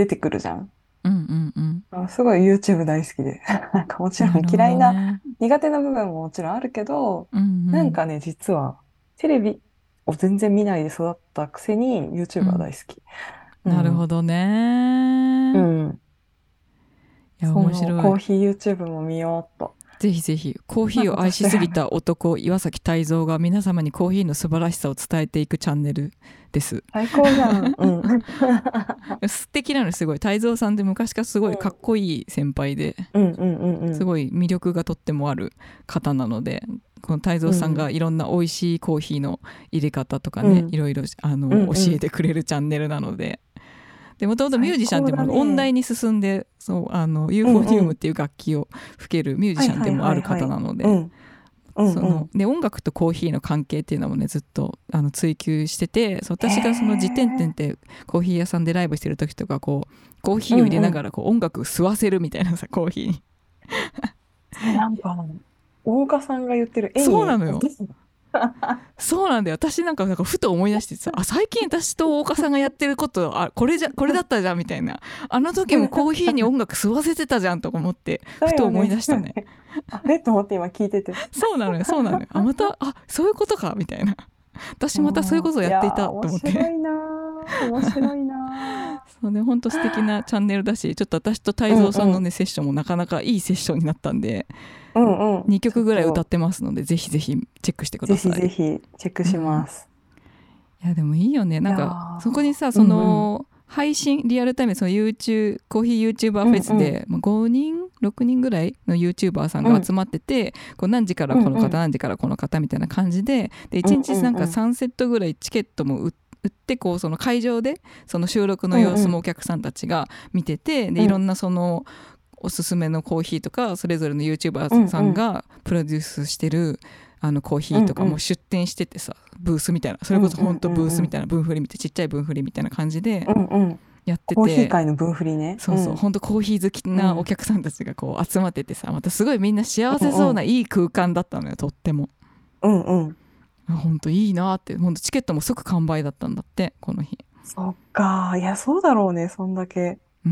バーって出てくるじゃん。 うんうんうん。 すごい YouTube 大好きで。なんかもちろんなるほ嫌いな、 どね。 苦手な部分ももちろんあるけど、 うんうん。 なんかね、実はテレビを全然見ないで育ったくせにう YouTube はん。 大好き。うなるほん。 どね。 うん。 いや、 そのコー面白い。 ヒー YouTube も見ようっと。 ぜひぜひ、コーそんなヒーを愛しことしてる。 すぎた男、岩崎泰造が皆様にコーヒーの素晴らしさを伝えていくチャンネルです。 最高じゃん。うん。 素敵なのすごい。泰造さんって昔からすごいかっこいい先輩で、 うん。うん。うん。うん。 すごい魅力がとってもある方なので、この泰造さんがうん。 いろんな美味しいコーヒーの入れ方とかね、いうん。 ろいろうん。うん。 教えてくれるチャンネルなので、でもともとミュー最高ジシャンでもだね。 音大に進んで、そうユーうん。 フォニうん。 ウムっていう楽器を吹けるミュージシャンではいはいもある方はいはい。 なので、 うん。うん。うん。 で音楽とコーヒーの関係っていうのもねずっと追求してて、そうへ私がその自転店っえ。 てコーヒー屋さんでライブしてる時とかこうコーヒーを入れうん。うん。 ながらこう音楽吸わせるみたいなさ、コーヒーに。 なんか、大岡さんが言ってる絵にそうなのよ。 落とすの。 そうなんだよ。私なんかふと思い出してさ、最近私と大岡さんがやってること、これだったじゃんみたいな。あの時もコーヒーに音楽吸わせてたじゃんとか思って、ふと思いだよね、 出したね。 だよね。あれと思って今聞いてて。 そうなのよ、そうなのよ。また、そういうことかみたいな。私またそういうことをやっていいやー、面たと思って。 白いなー。面白いなそうね、ほんと素敵なチャンネルだし、ちょっと私とー。 泰造さんのね、セッションもなかなかいいセッションになったんで、 うんうん。 2曲ぐらい歌っちょっと、 てますので、ぜひぜひチェックしてくぜひださい。 ぜひチェックしうん。 ます。 いや、でもいいよね。 いやそこにさ、 ー、うんうん。 配信、リアルタイムでその YouTube、コーヒー YouTuber うフんうん。 ェスで、5人、6人ぐらいの YouTuber さんうんが集まってて、こう何時からこの方、 うんうん。 何時からこの方みたいな感じで、1 うんう日なんかんうん。 3セットぐらいチケットも売って、こうその会場でその収録の様子もおうんうん。 客さんたちが見てて、でいろんうんなそのおすすめのコーヒーとかそれぞれのう YouTuber んうん。 さんがプロデュースしてるコーヒーとかもうんうん。 出店しててさ、ブースみたいな、それこそ本うんうんう当ブースみたいんうん。 な、分振りみたいな、ちっちゃい分振りみたいな感じでうんうん。 やってコーヒーて、 界の分振りね。 そうそう、 うん。 本当コーヒー好きなおうん客さんたちがこう集まっててさ、またすごいみんな幸せそうなうんうん。 いい空間だったのよ、とっても。 うんうん。 本当いいなって、本当チケットも即完売だったんだって、この日。 そっか。いや、そうだろうね。そんだけ。 うん。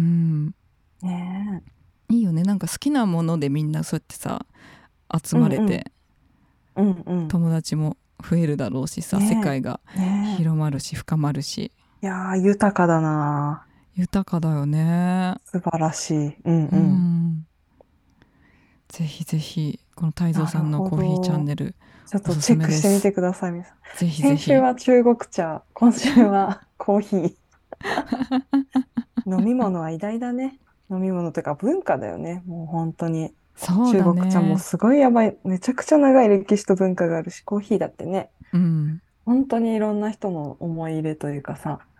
ねいいよね、なんか好きなものでみんなそうやってさ集え。うんうん。 まれて、 うんうん。 友達も増えるだろうしさ、世ね界がえ。ね広まるし深まるし、 え。いやー、豊かだな豊かだよね。 ー。素晴らしい。うんううん。 ん。ぜひぜひこの泰造さんのなるほコーヒーチャンど。 ネルちょっおすすとチェックめです。 してみてください、皆さん。 ぜひぜ先週ひ。 は中国茶、今週はコーヒー。飲み物は偉大だね。飲み物というか文化だよね。もう本当に。 そうだ中国茶もね。 すごいやばい。めちゃくちゃ長い歴史と文化があるし、コーヒーだってね。 うん。 本当にいろんな人の思い入れというかさ、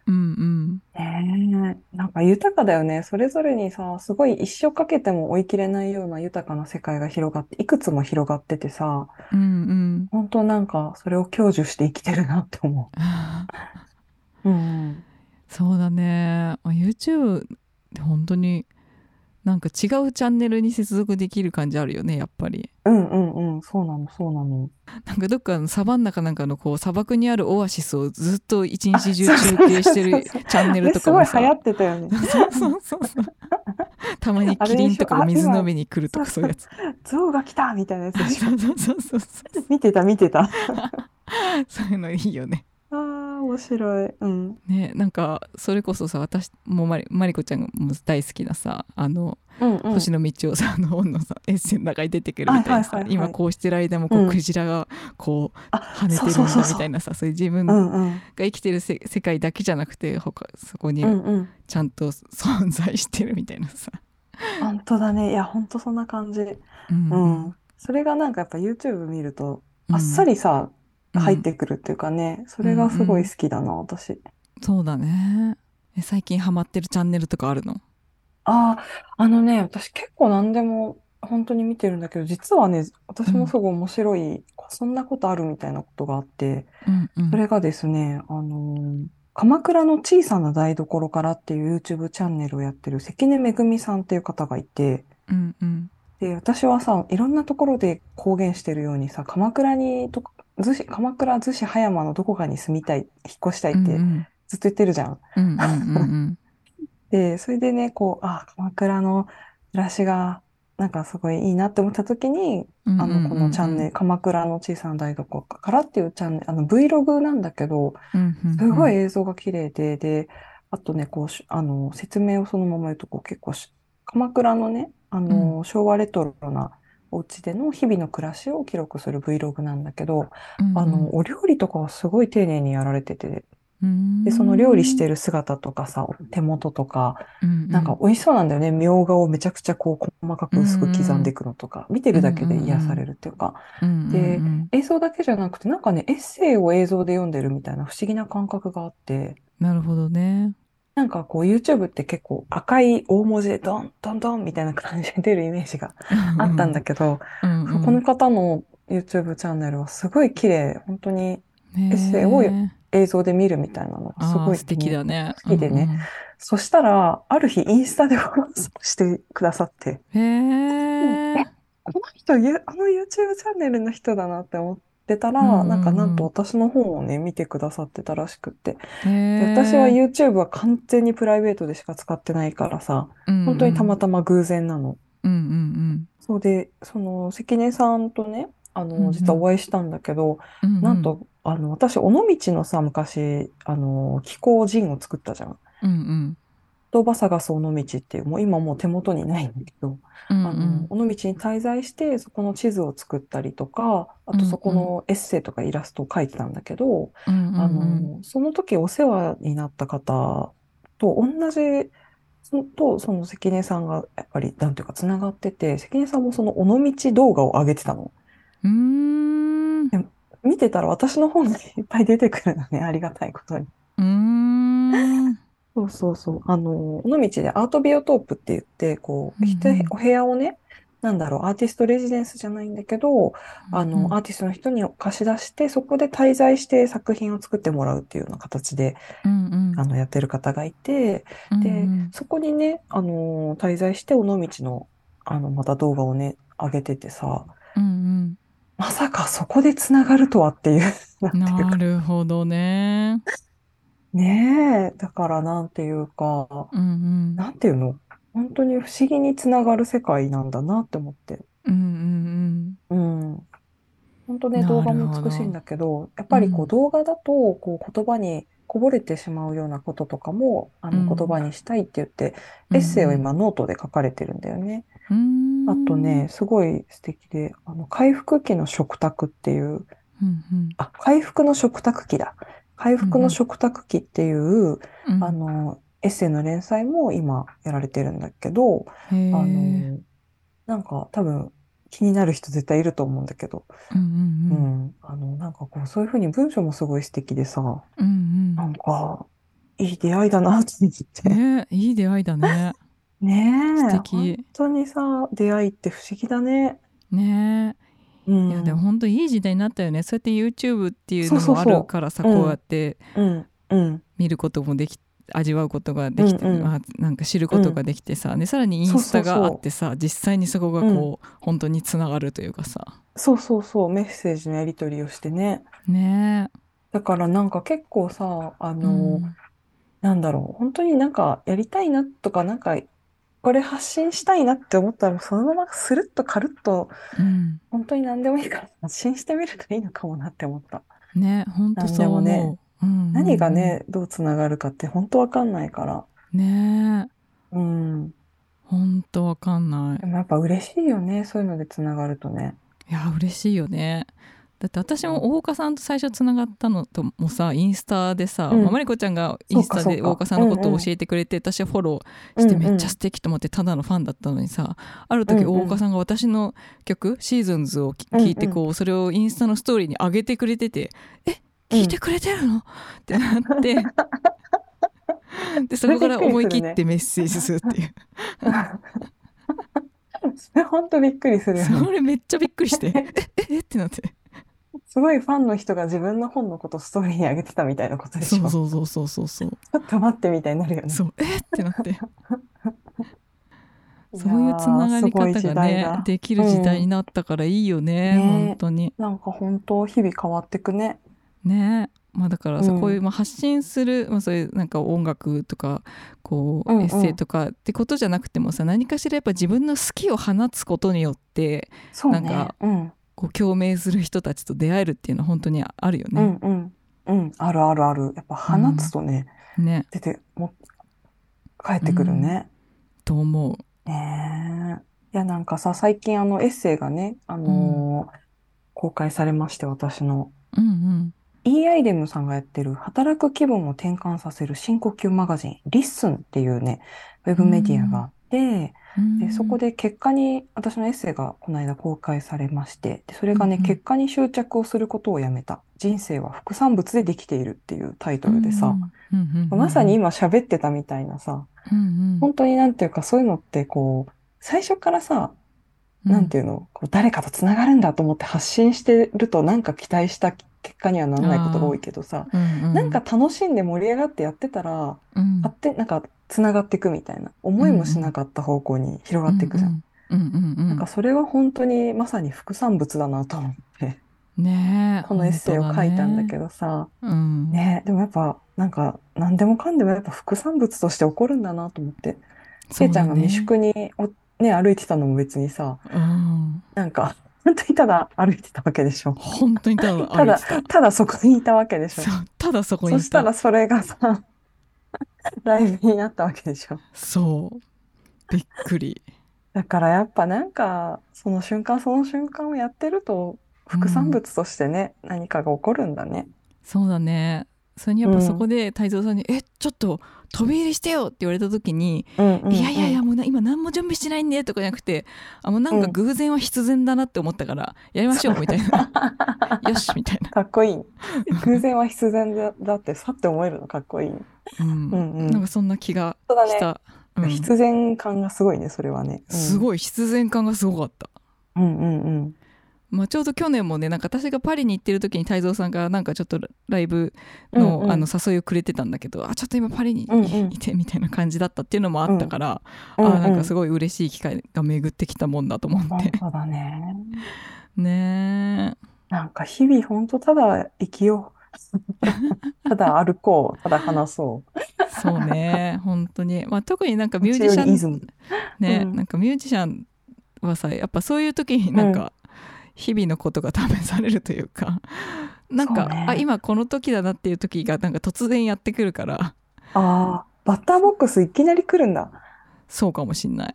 うん。 ねえ、なんか豊かだよね。それぞれにさ、すごい一生かけても追い切れないような豊かな世界が広がって、いくつも広がっててさ、 うんうん。 本当なんかそれを享受して生きてるなって思う。うんうん。 そうだね。YouTube って本当になんか違うチャンネルに接続できる感じあるよね、やっぱり。 うんうんうん。そうなの、そうなの。 なんかどっかのサバンナかなんかのこう砂漠にあるオアシスをずっと一あ、 日中そう中そうそう継してるそうそう。 チャンネルあれすごい流行とかもさ、 ってたよね。 そうそうそうそう。たまにあれでしょ。 キリンとかがあ、今、 水飲みに来るとそうそう、 かそういうやつ。 象が来たみたいなやつでしょ。 そうそうそうそうそう。 見てた、見てた。 そういうのいいよね。 ああ、面白い。うん。 ね、なんかそれこそさ、私もマリコちゃんも大好きなさ、 うんうん。 星野道夫さんの本のさエッセイの中に出てくるはいはいみたいにさ、 はいはい。 今こうしてる間もこうクうん。 ジラがこうあ、 跳ねそうそうてるんだみそうそう。 たいなさ、そういう自う分んうん。 が生きてる世界だけじゃなくてそこにうんうん。 ちゃんと存在してるみたいなさ。 本当だね。いや、本当そんな感じ。 うんううん。 ん。それがなんかやっぱ YouTube 見ると、あっさうんりさ、 うん入ってくるっていうかね、そうんうれがすごいん。 好きだな、私。 そうだね。最近ハマってるチャンネルとかあるの？ ああ、あのね、私結構何でも本当に見てるんだけど、実はね、私もうんすごい面白い、そんなことあるみたいなことがあって、 うんうんそれがですね、鎌倉の小さな台所からっていう YouTube チャンネルをやってる関根めぐみさんっていう方がいて、 うんうんで、私はさ、いろんなところで公言してるようにさ、鎌倉、逗子、葉山のどこかに住みたい、引っ越したいってうんずっと言ってるじゃん。 うんうんうんで、それでね、こう、あ、鎌倉の暮らしが、なんかすごいいいなって思った時に、 うんうんこのチャンネル、鎌倉の小さな台所からっていうチャンネル、Vlog なんだけど、 うんうんすごいうん映像が綺麗で、で、あとね、こう、説明をそのまま言うと、こう、結構鎌倉のね、 うん昭和レトロなお家での日々の暮らしを記録する Vlog なんだけど、 うんお料理とかはすごい丁寧にやられてて、 うで、その料理しんてる姿とかさ、手元とか、 うんなんか美味しそうなんだよね。みょうがをめちゃくちゃこう細かうんく薄く刻んうんでいくのとか、見てうんうるだけで癒されんるっていうか。 うんうで、 ん。 映像だけじゃなくて、なんかね、エッセイを映像で読んでるみたいな不思議な感覚があって、 なるほどね。 なんかこう YouTube って結構赤い大文字でドン、ドンドンみたいな感じで出るイメージがうあったんんだけど、 うんうこのん。 方の YouTube チャンネルはすごい綺麗。本当にエッセイをねえ。 映像で見るみたいなのがすああ、素敵ごい好だね。うきでね。 んそしたら、ある日インスタでフォローしてくださって、 うん。 うん、 へえ。 この人、あの YouTube チャンネルの人だなって思ってたうんら、なんとうん私の本をね、見てくださってたらしくって。 うん。 で、私はへえ。 YouTube は完全にプライベートでしか使ってないからさ、 うんう本当にたまん。 たま偶然なの。 うんうんそうで、関根さんとね、 うん。うんう実はおん。 会いしたんだけど、 うんうん。 なんと、私、尾道のさ、昔、気候ジンを作ったじゃん。 うんうん。 言葉探す尾道っていう、もう今もう手元にないんだけど、 うんうん。 尾道に滞在して、そこの地図を作ったりとか、あうとそんうん。 このエッセイとかイラストを描いてたんだけど、 うんうんその時お世話になった方と同じ、その関根さんがやっぱり、なんていうか、つながってて、関根さんもその尾道動画を上げてたの。 うん。うーん。 で見てたら私の本がいっぱい出てくるのね、ありがたいことに。 うーん。 そうそうそう。尾道でアートビオトープって言って、こう、 うんお部屋をね、なんだろう、アーティストレジデンスじゃないんだけど、 うんアーティストの人に貸し出して、そこで滞在して作品を作ってもらうっていうような形で、 うんうんやってる方がいて、 うんうで、 んそこにね、滞在して尾道の、また動画をね、上げててさ、 うんまさかそこでつながるとはっていう、なんていうか、 なるほどね。 ねえ、だからなんていうか、 うんうんなんていうの、本当に不思議につながる世界なんだなって思って。 うんうんうん。本当ね、動うん。な画るも美しいんほど。 だけど、やっぱりこううん動画だと、こう言葉にこぼれてしまうようなこととかも、言葉うんにしたいって言って、 うエッセイをん今ノートで書かれてるんだよね。 うあとんね、すごい素敵で、回復期の食卓っていう、 うん回復の食卓記だ。回復のうん食卓記っていう、 うんエッセイの連載も今やられてるんだけど、 へあえ。 の、なんか多分気になる人絶対いると思うんだけど、 うんうんうん。なんかこう、そういうふうに文章もすごい素敵でさ、 うんうんなんか、 いい出会いだなと思って。 ね、いい出会いだね。素ねえ、本敵。 当にさ、出会いって不思議だね。 ね。 ういやでもん。 本当いい時代になったよね。そうやって YouTube っていうそうのもあるそうそからさ、 う。うこうやっん、 てうん、うん、 見ることもでき、味わうことがでうん、 きて、 うん、 なんか知るうん。 ことができてさ、ね、さらにインそうスタがあっそうそてさ、実際にそこがう。うん。 こう本当につながるというかさ。 そうそうそう。メッセージのやり取りをしてね。 ねえ。 だからなんか結構さ、 うん。 なんだろう。本当になんかやりたいなとか、なんかこれ発信したいなって思ったら、そのままスルッと軽っと、 うん。 本当に何でもいいから発信してみるといいのかもなって思った。 ね、本当何でそうもね。 思う。うんうん何がうん。 ね、どうつながるかって本当わかんないから。 ねえ、 うん。 本当わかんない。 でもやっぱ嬉しいよね。そういうのでつながるとね。 いや嬉しいよね。だって私もうん。 大岡さんと最初つながったのともさ、インスタでさ、まりこちゃんがイそうか、 ンスタで大そうか。 岡さんのことをうんうん。 教えてくれて、私はフォローしてうんうん。 めっちゃ素敵と思ってただのファンだったのにさ、あるう時んうん。 大岡さんが私の曲シーズンズを聞いて、 うんうん。 こうそれをインスタのストーリーに上げてくれてて、え、 うん。 聞いてくれてるのってなって、でそこかそれびっくりら思い切っするね。 てメッセージするっていう。 それ本当びっくりするよね。 それめっちゃびっくりして、えってなって。 すごいファンの人が自分の本のことストーリーに上げてたみたいなことでしそうょ。 そうそうそうそうそう。 ちょっと待ってみたいになるよね。 そう、ってなって。 いやそういうつなー、 がりすごい時方がね、 代だ。 できる時代にうん。 なったからいいよね、本ねえ。 当に。 なんか本当、日々変わってくね。 ね。まあだからさ、こういううん。 まあ発信する、まあ、そういうなんか音楽とかこううエッセイんうん。 とかってことじゃなくてもさ、何かしらやっぱ自分の好きを放つことによってそうね。 なんかうん。 こう共鳴する人たちと出会えるっていうのは本当にあるようね。 んうん。うん。あるあるある。やっぱ放つうん。 とね、 ね。 出て、帰ってくるうん。 ね。 と思う。 ねえ。いや、なんかさ、最近エッセイがね、 うん。 公開されまして、私の。 うんうん。 E アイレムさんがやってる働く気分を転換させる深呼吸マガジン、リッスンっていうね、ウェうブメディアがあん。 って、 うで、そこん。 で結果に、私のエッセイがこの間公開されまして、で、それがね、 うん。 結果に執着をすることをやめた。人生は副産物でできているっていうタイうん。 トルでさ、 うん。うん。 まさに今喋ってたみたいなさ、 うん。 本当になんていうかそういうのってこう、最初からさ、 うん。 なんていうの、こう誰かとつながるんだと思って発信してるとなんか期待した結果にはならないことが多いあけどさ、 あ、うんうなんかん。 楽しんで盛り上がってやってたら、 うん。 なんかつながっていくみたいな、思いもしなうんうん。 かった方向に広がうんうっていくじゃん。 ん。うんうんなんかそれは本当にまさに副産物だなと思って、 うん。ねえ、 このエッ本当だセイを書いたんだね。 けどさ、 うん。 ね、でもやっぱなんか何でもかんでもやっぱ副産物として起こるんだなと思って、けいそうちゃんが未だね。 宿にね、歩いてたのも別にさ、 うん。 なんか、本当にただ歩いてたわけでしょ。 本当にただただ、 歩いてた。 ただそこにいたわけでしょ。 そう、ただそこにいた。 そしたらそれがさ、ライブになったわけでしょ。 そう、びっくり。 だからやっぱなんか、その瞬間その瞬間をやってると、副産うん。 物としてね、何かが起こるんだね。 そうだね。それにやっぱそこうん。 で太蔵さんにちょっと飛び入りしてよって言われた時に、 うんういやいやいや、 んうん。 もう今何も準備してないんでとかじゃなくて、もうなんかうん。 偶然は必然だなって思ったからやりましそうょうみたいな。よしみたいな。 かっこいい。偶然は必然だってさって思えるのかっこいい。 うん。 うんうん。 なんかそんな気がそうだね。 した。うん。 必然感がすごいね、それはね。うん。 すごい必然感がすごかった。 うんうんうん。 まあ、ちょうど去年もね、なんか私がパリに行ってる時に太蔵さんがなんかちょっとライブの、 うんうん。 誘いをくれてたんだけど、ちょっと今パリにうんうん。 いてみたいな感じだったっていうのもあったうんから、 うんうん。 なんかすごい嬉しい機会が巡ってきたもんだと思って。 本当だね。 ねえ。 なんか日々本当ただ生きよう。ただ歩こう。ただ話そう。 そうね、本当に。まあ、特になんかミュー持ちジシャン、 寄りイズム。うね、なん。 んかミュージシャンはさ、やっぱそういう時にうん。 なんか日々のことが試されるというか、なんか、 そうね。 今この時だなっていう時がなんか突然やってくるから、 ああ、バッターボックスいきなり来るんだ。 そうかもしんない。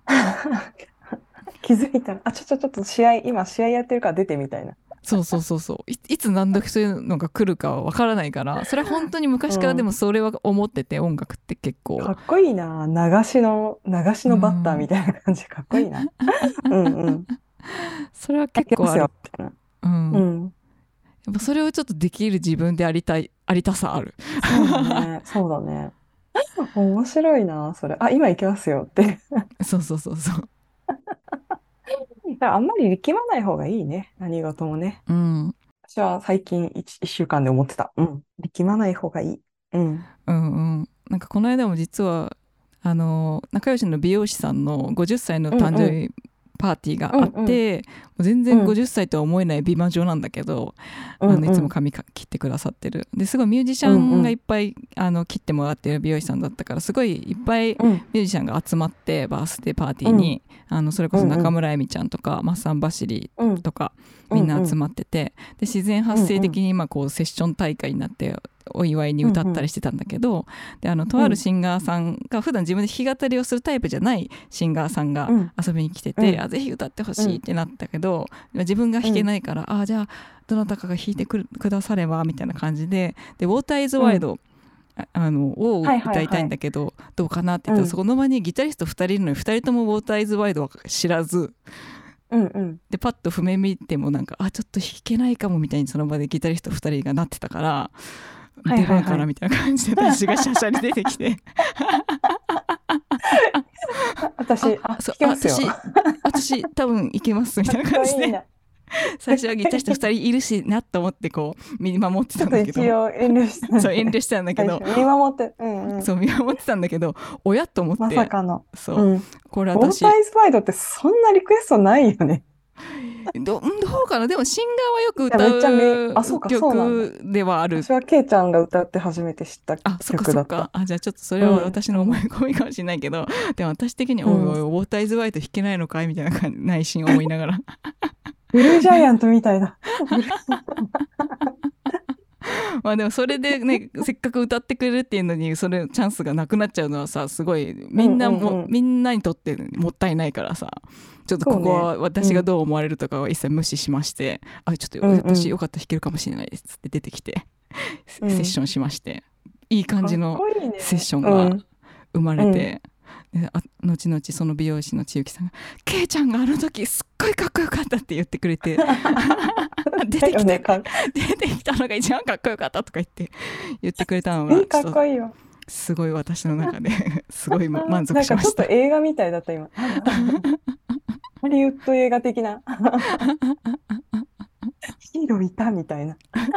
気づいたら、あ、ちょっと今試合やってるから出てみたいな。 そうそうそうそう。いつ何時そういうのが来るかはわからないから、それは本当に昔からでもうん。 それは思ってて、音楽って結構。 かっこいいな。流しうのバッターみん。 たいな感じ。かっこいいな。うんうん。 それはやってますよ。 結構ある。 みたいな。 うん。 うん。 やっぱそれをちょっとできる自分でありたさある。 そうだね。そうだね。面白いな、それ。あ、今行きますよって。 そうそうそうそう。 だからあんまり力まない方がいいね。何事もね。 うん、 私は最近一週間で思ってた。うん。力まない方がいい。うん。 うんうん。なんかこの間も実は仲良しの美容師さんの50歳のうんうん。 誕生日パーティーがあっうんうん。 て、もう全然うん。 50歳とは思えない美魔女なんだけど、 うんいつもうん。 髪切ってくださってる。ですごいミュージシャうんうん。 ンがいっぱい切ってもらってる美容師さんだったから、すごいいっぱいミうん。 ュージシャンが集まってバースデーパーティうん。 ーにそれこそうんうん。 中村恵美ちゃんとかマッサンバシリうん。 とかみんな集うんうん。 まってて、で自然発生的に今こうセッション大会になってお祝いに歌ったりしてたんだけど、でとあるシンガーさんが普段自分で弾き語りをするタイプじゃないシンガーさんがうん。 遊びに来てて、 うん。 ぜひ歌ってほうん。 しいってなったけど、自分が弾けないから、じゃあどなたかが弾いてくださればみたいな感じで、ウォーターイズうん。 ワイドをはいは歌いたいんいはい。 だけどどうかなって言ったら、そうん。 この場にギタリスト2人いるのに2人ともウォーターイズワイドは知らずうんうん。 で、パッと譜面見てもなんかちょっと弾けないかもみたいにその場でギタリスト2人がなってたから、 はい出はいはい。 番かなみたいな感じで私がシャシャリ出てきて私、 そう聞きますよ。 私多分いけますみかったいな感じで、 こいいな。かっ最初はギタリストこいい。 2人いるしなと思ってこう見守ってちょっとたんだけど、 一応遠慮したんで。 そう遠慮してたんだけど、 最初、見守って。うんうん。 そう見守ってたんだけど、親と思っまさて、 かの。 そううん。 これウォーター私イズワイドってそんなリクエストないよね。 どうかな、でもシンガーはよくいや、めっちゃそ歌ううか、そうなんだ。 曲ではある。 私はケイちゃんが歌って初めて知ったそっか曲だった。 そっか。じゃあちょっとそれはうん。 私の思い込みかもしれないけど、でも私的にうん。 おいおいウォーターイズワイト弾けないのかいみたいな感じ、内心思いながらブルージャイアントみたいだ。ブルーまあでもそれでね、せっかく歌ってくれるっていうのにそれチャンスがなくなっちゃうのはさ、すごいうんうんうん。 みんなにとってもったいないからさ、ちょっとここそうね。 は私がうん。 どう思われるとかは一切無視しまして、ちょっとうんうん。 私よかったら弾けるかもしれないですって出てきてうん。 セッションしまして、いい感かじのっこいいセッね。 ションがうん。 生まうん。 れて、で後々その美容師の千雪さんが「ケイちゃんがあの時すっごいかっこよかった」って言ってくれて出てきただよね。 出てきたのが一番かっこよかったとか言ってくれたのがかちょっとっこいいわ。 すごい私の中ですごい満足なんかちょっとしました。 映画みたいだった今。なんだハリウッド映画的な。ヒーローいたみたいな。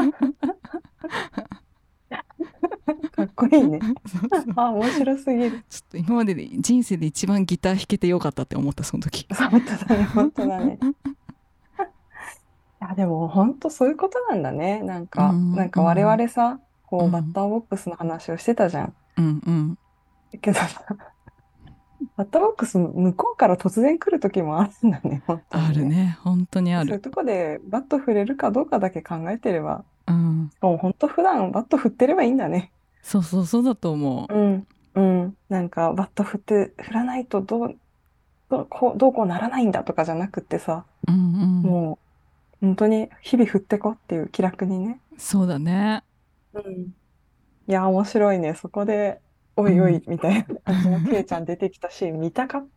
かっこいいね。 そうそう、 面白すぎる。 ちょっと今までで人生で一番ギター弾けてよかったって思ったその時。 本当だね、本当だね。いや、でも本当そういうことなんだね。 うなんんか我うん 々さ、こうバッうんターボックスの話をしてたじゃん。 うんうん。 だけどさ、バッターボックス向こうから突然来る時もあるんだね、本当あにね。 るね、本当にある。 そういうとこでバット振れるかどうかだけ考えてれば、 うん、 もう本当普段バット振ってればいいんだね。 そうそうそうだと思うん。うん。なんかバット振らないとどうこうならないんだとかじゃなくてさ、 う。うんうん、 もう本当に日々振ってこっていう気楽にね。 そうだね。 うん。いや、面白いね。そこで、おいおい、 うん。 みたいな感じのケイちゃん出てきたシーン見たかった。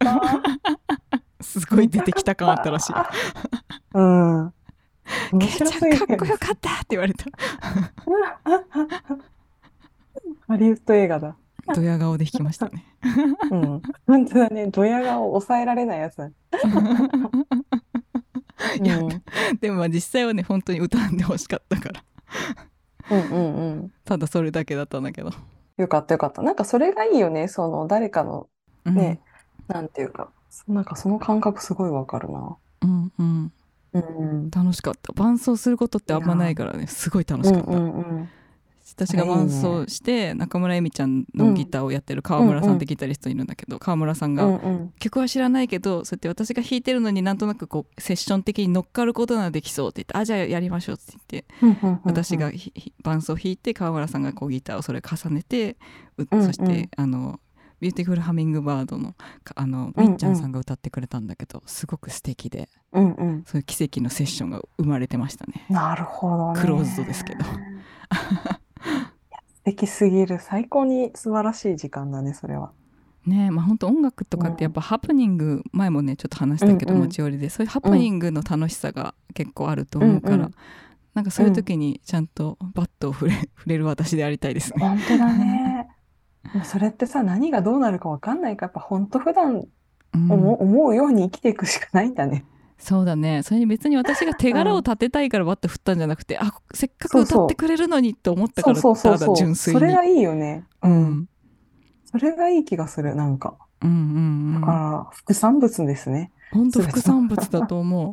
すごい見たかっ出てきた感あったらしい。 た。うん。面ケイち白ゃんかっこすぎるよね。 よかったって言われた。 ハリウッド映画だ。 ドヤ顔で弾きましたね。 うん。本当だね。ドヤ顔抑えられないやつだ。ういや、 ん。 でもまあ実際はね、本当に歌んでほしかったから。 うんうんうん。 ただそれだけだったんだけど。 よかったよかった。なんかそれがいいよね。誰かの、 うん。 ね、なんていうか、なんかその感覚すごいわかるな。 うんうん。 うん。 楽しかった。伴奏することっていあんまないやー、 からね、すごい楽うんうしかった。 んうん。それいい私が伴奏ね。 して中村恵美ちゃんのギうん。 ターをやってる川うんうん。 村さんってギタリストいるんだけど、川村さんうがんうん。 曲は知らないけどそうやって私が弾いてるのになんとなくこうセッション的に乗っかることができそうって言って、じゃあやりましょうって言って、 うんうんうんうん。 私が伴奏弾いて川村さんがこうギターをそれ重ねて、 うんうん。 そしてビューティフルハミングバードのみっちゃんさんうんうん。 が歌ってくれたんだけど、すごく素敵で、 うんうん。 そういう奇跡のセッションが生まれてましたね。 なるほどクローズドですけど。 ね。素敵すぎる。最高に素晴らしい時間だね、それは。 ねえ、まあ本当音楽とかってやっうん。 ぱハプニング、前もねちょっと話しうんたけど持うん。 ち寄りでそういうハうん。 プニングの楽しさが結構あるとうん思うから、 うん。 なんかそういう時にちゃんとバットを触れる私でありたいですね。 本当だね。それってさ、何がどうなるかわかんないから、やっぱ本当普段思うように生きていくしかないんだね。 そうだね。それに別に私が手柄を立てたいからバット振ったんじゃなくて、あ、せっかく歌ってくれるのにって思ったから、ただ純粋に。 それがいいよね。それがいい気がする、なんか。だから、副産物ですね。 本当副産物だと思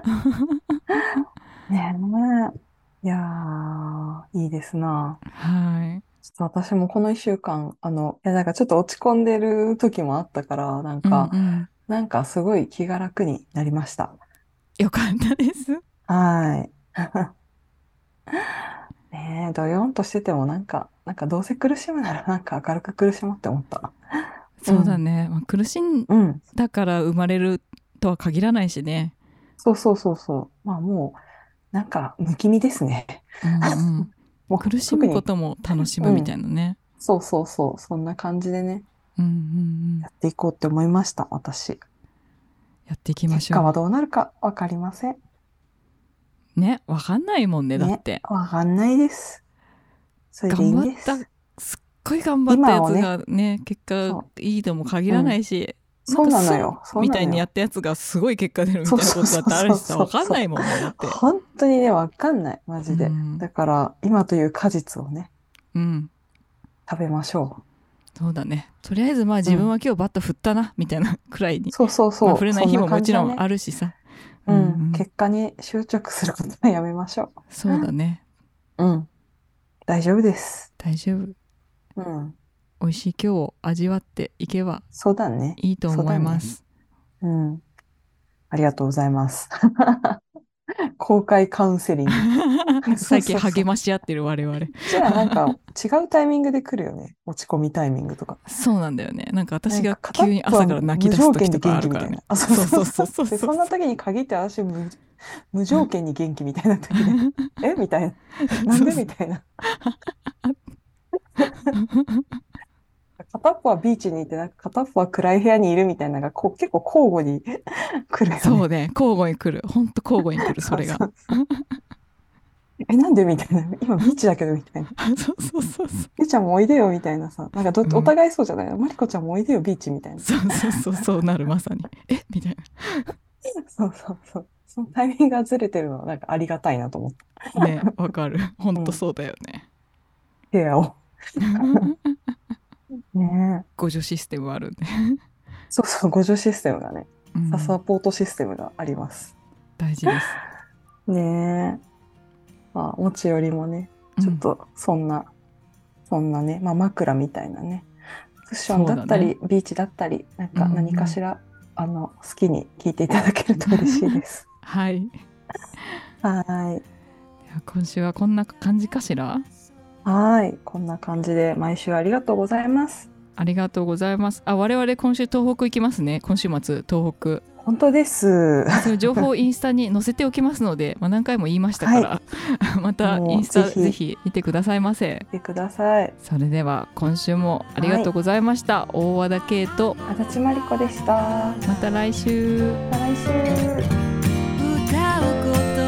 う。ねえ。いやー、いいですな。 はい。 ちょっと私もこの1週間、なんかちょっと落ち込んでる時もあったから、なんかすごい気が楽になりました。 よかったです。 はい。ねえ、どよんとしててもなんかどうせ苦しむならなんか明るく苦しもうって思った。 そうだね。まあ、苦しんだから生まれるとは限らないしね。 そう。まあもう、なんか不気味ですね。 もう苦しむことも楽しむみたいなね。 そう。そんな感じでね。やっていこうって思いました、私。 やっていきましょう。 結果はどうなるかわかりません。 ね、わかんないもんね、だって。 わかんないです。それでいいんです。 すっごい頑張ったやつがね、結果いいとも限らないし、 そうなのよ。 みたいにやったやつがすごい結果出るみたいなことだってあるしさ、わかんないもんね、だって。 本当にね、わかんない、マジで。だから、今という果実をね、食べましょう。 そうだね。とりあえずまあ自分は今日バット振ったな、みたいなくらいに。 そう。 振れない日ももちろんあるしさ。 結果に執着することはやめましょう。 そうだね。 大丈夫です。 大丈夫。美味しい今日を味わっていけばいいと思います。 ありがとうございます。公開カウンセリング。 最近励まし合ってる我々。 じゃあなんか違うタイミングで来るよね。落ち込みタイミングとか。 そうなんだよね。なんか私が急に朝から泣き出す時とかあるからね。 そう。そんな時に限って私無条件に元気みたいな時で、みたいな。なんでみたいな。片っぽはビーチにいて、なんか片っぽは暗い部屋にいるみたいなのが結構交互に来るよね。 そうね、交互に来る。ほんと交互に来る、それが。 なんでみたいな。今ビーチだけどみたいな。 そう。 ビーちゃんもおいでよみたいなさ。なんかお互いそうじゃない。マリコちゃんもおいでよビーチみたいな。 そうなる、まさに。みたいな。 そう。そのタイミングがずれてるのはなんかありがたいなと思った。 ね、わかる。ほんとそうだよね。 部屋を。ねえ。 互助システムあるんで。 そう、互助システムがね、サポートシステムがあります。 大事です。 ねえ。まあ、持ち寄りもね、ちょっとそんなね、まあ枕みたいなね、クッションだったり、ビーチだったり、なんか何かしら、好きに聞いていただけると嬉しいです。 はい。 はい。 今週はこんな感じかしら？ はい。こんな感じで毎週ありがとうございます。 ありがとうございます。我々今週東北行きますね。今週末東北。 本当です。 その情報をインスタに載せておきますので、何回も言いましたから、またインスタぜひ見てくださいませ。 見てください。 それでは今週もありがとうございました。大和田圭と足立真理子でした。 また来週。 歌うこと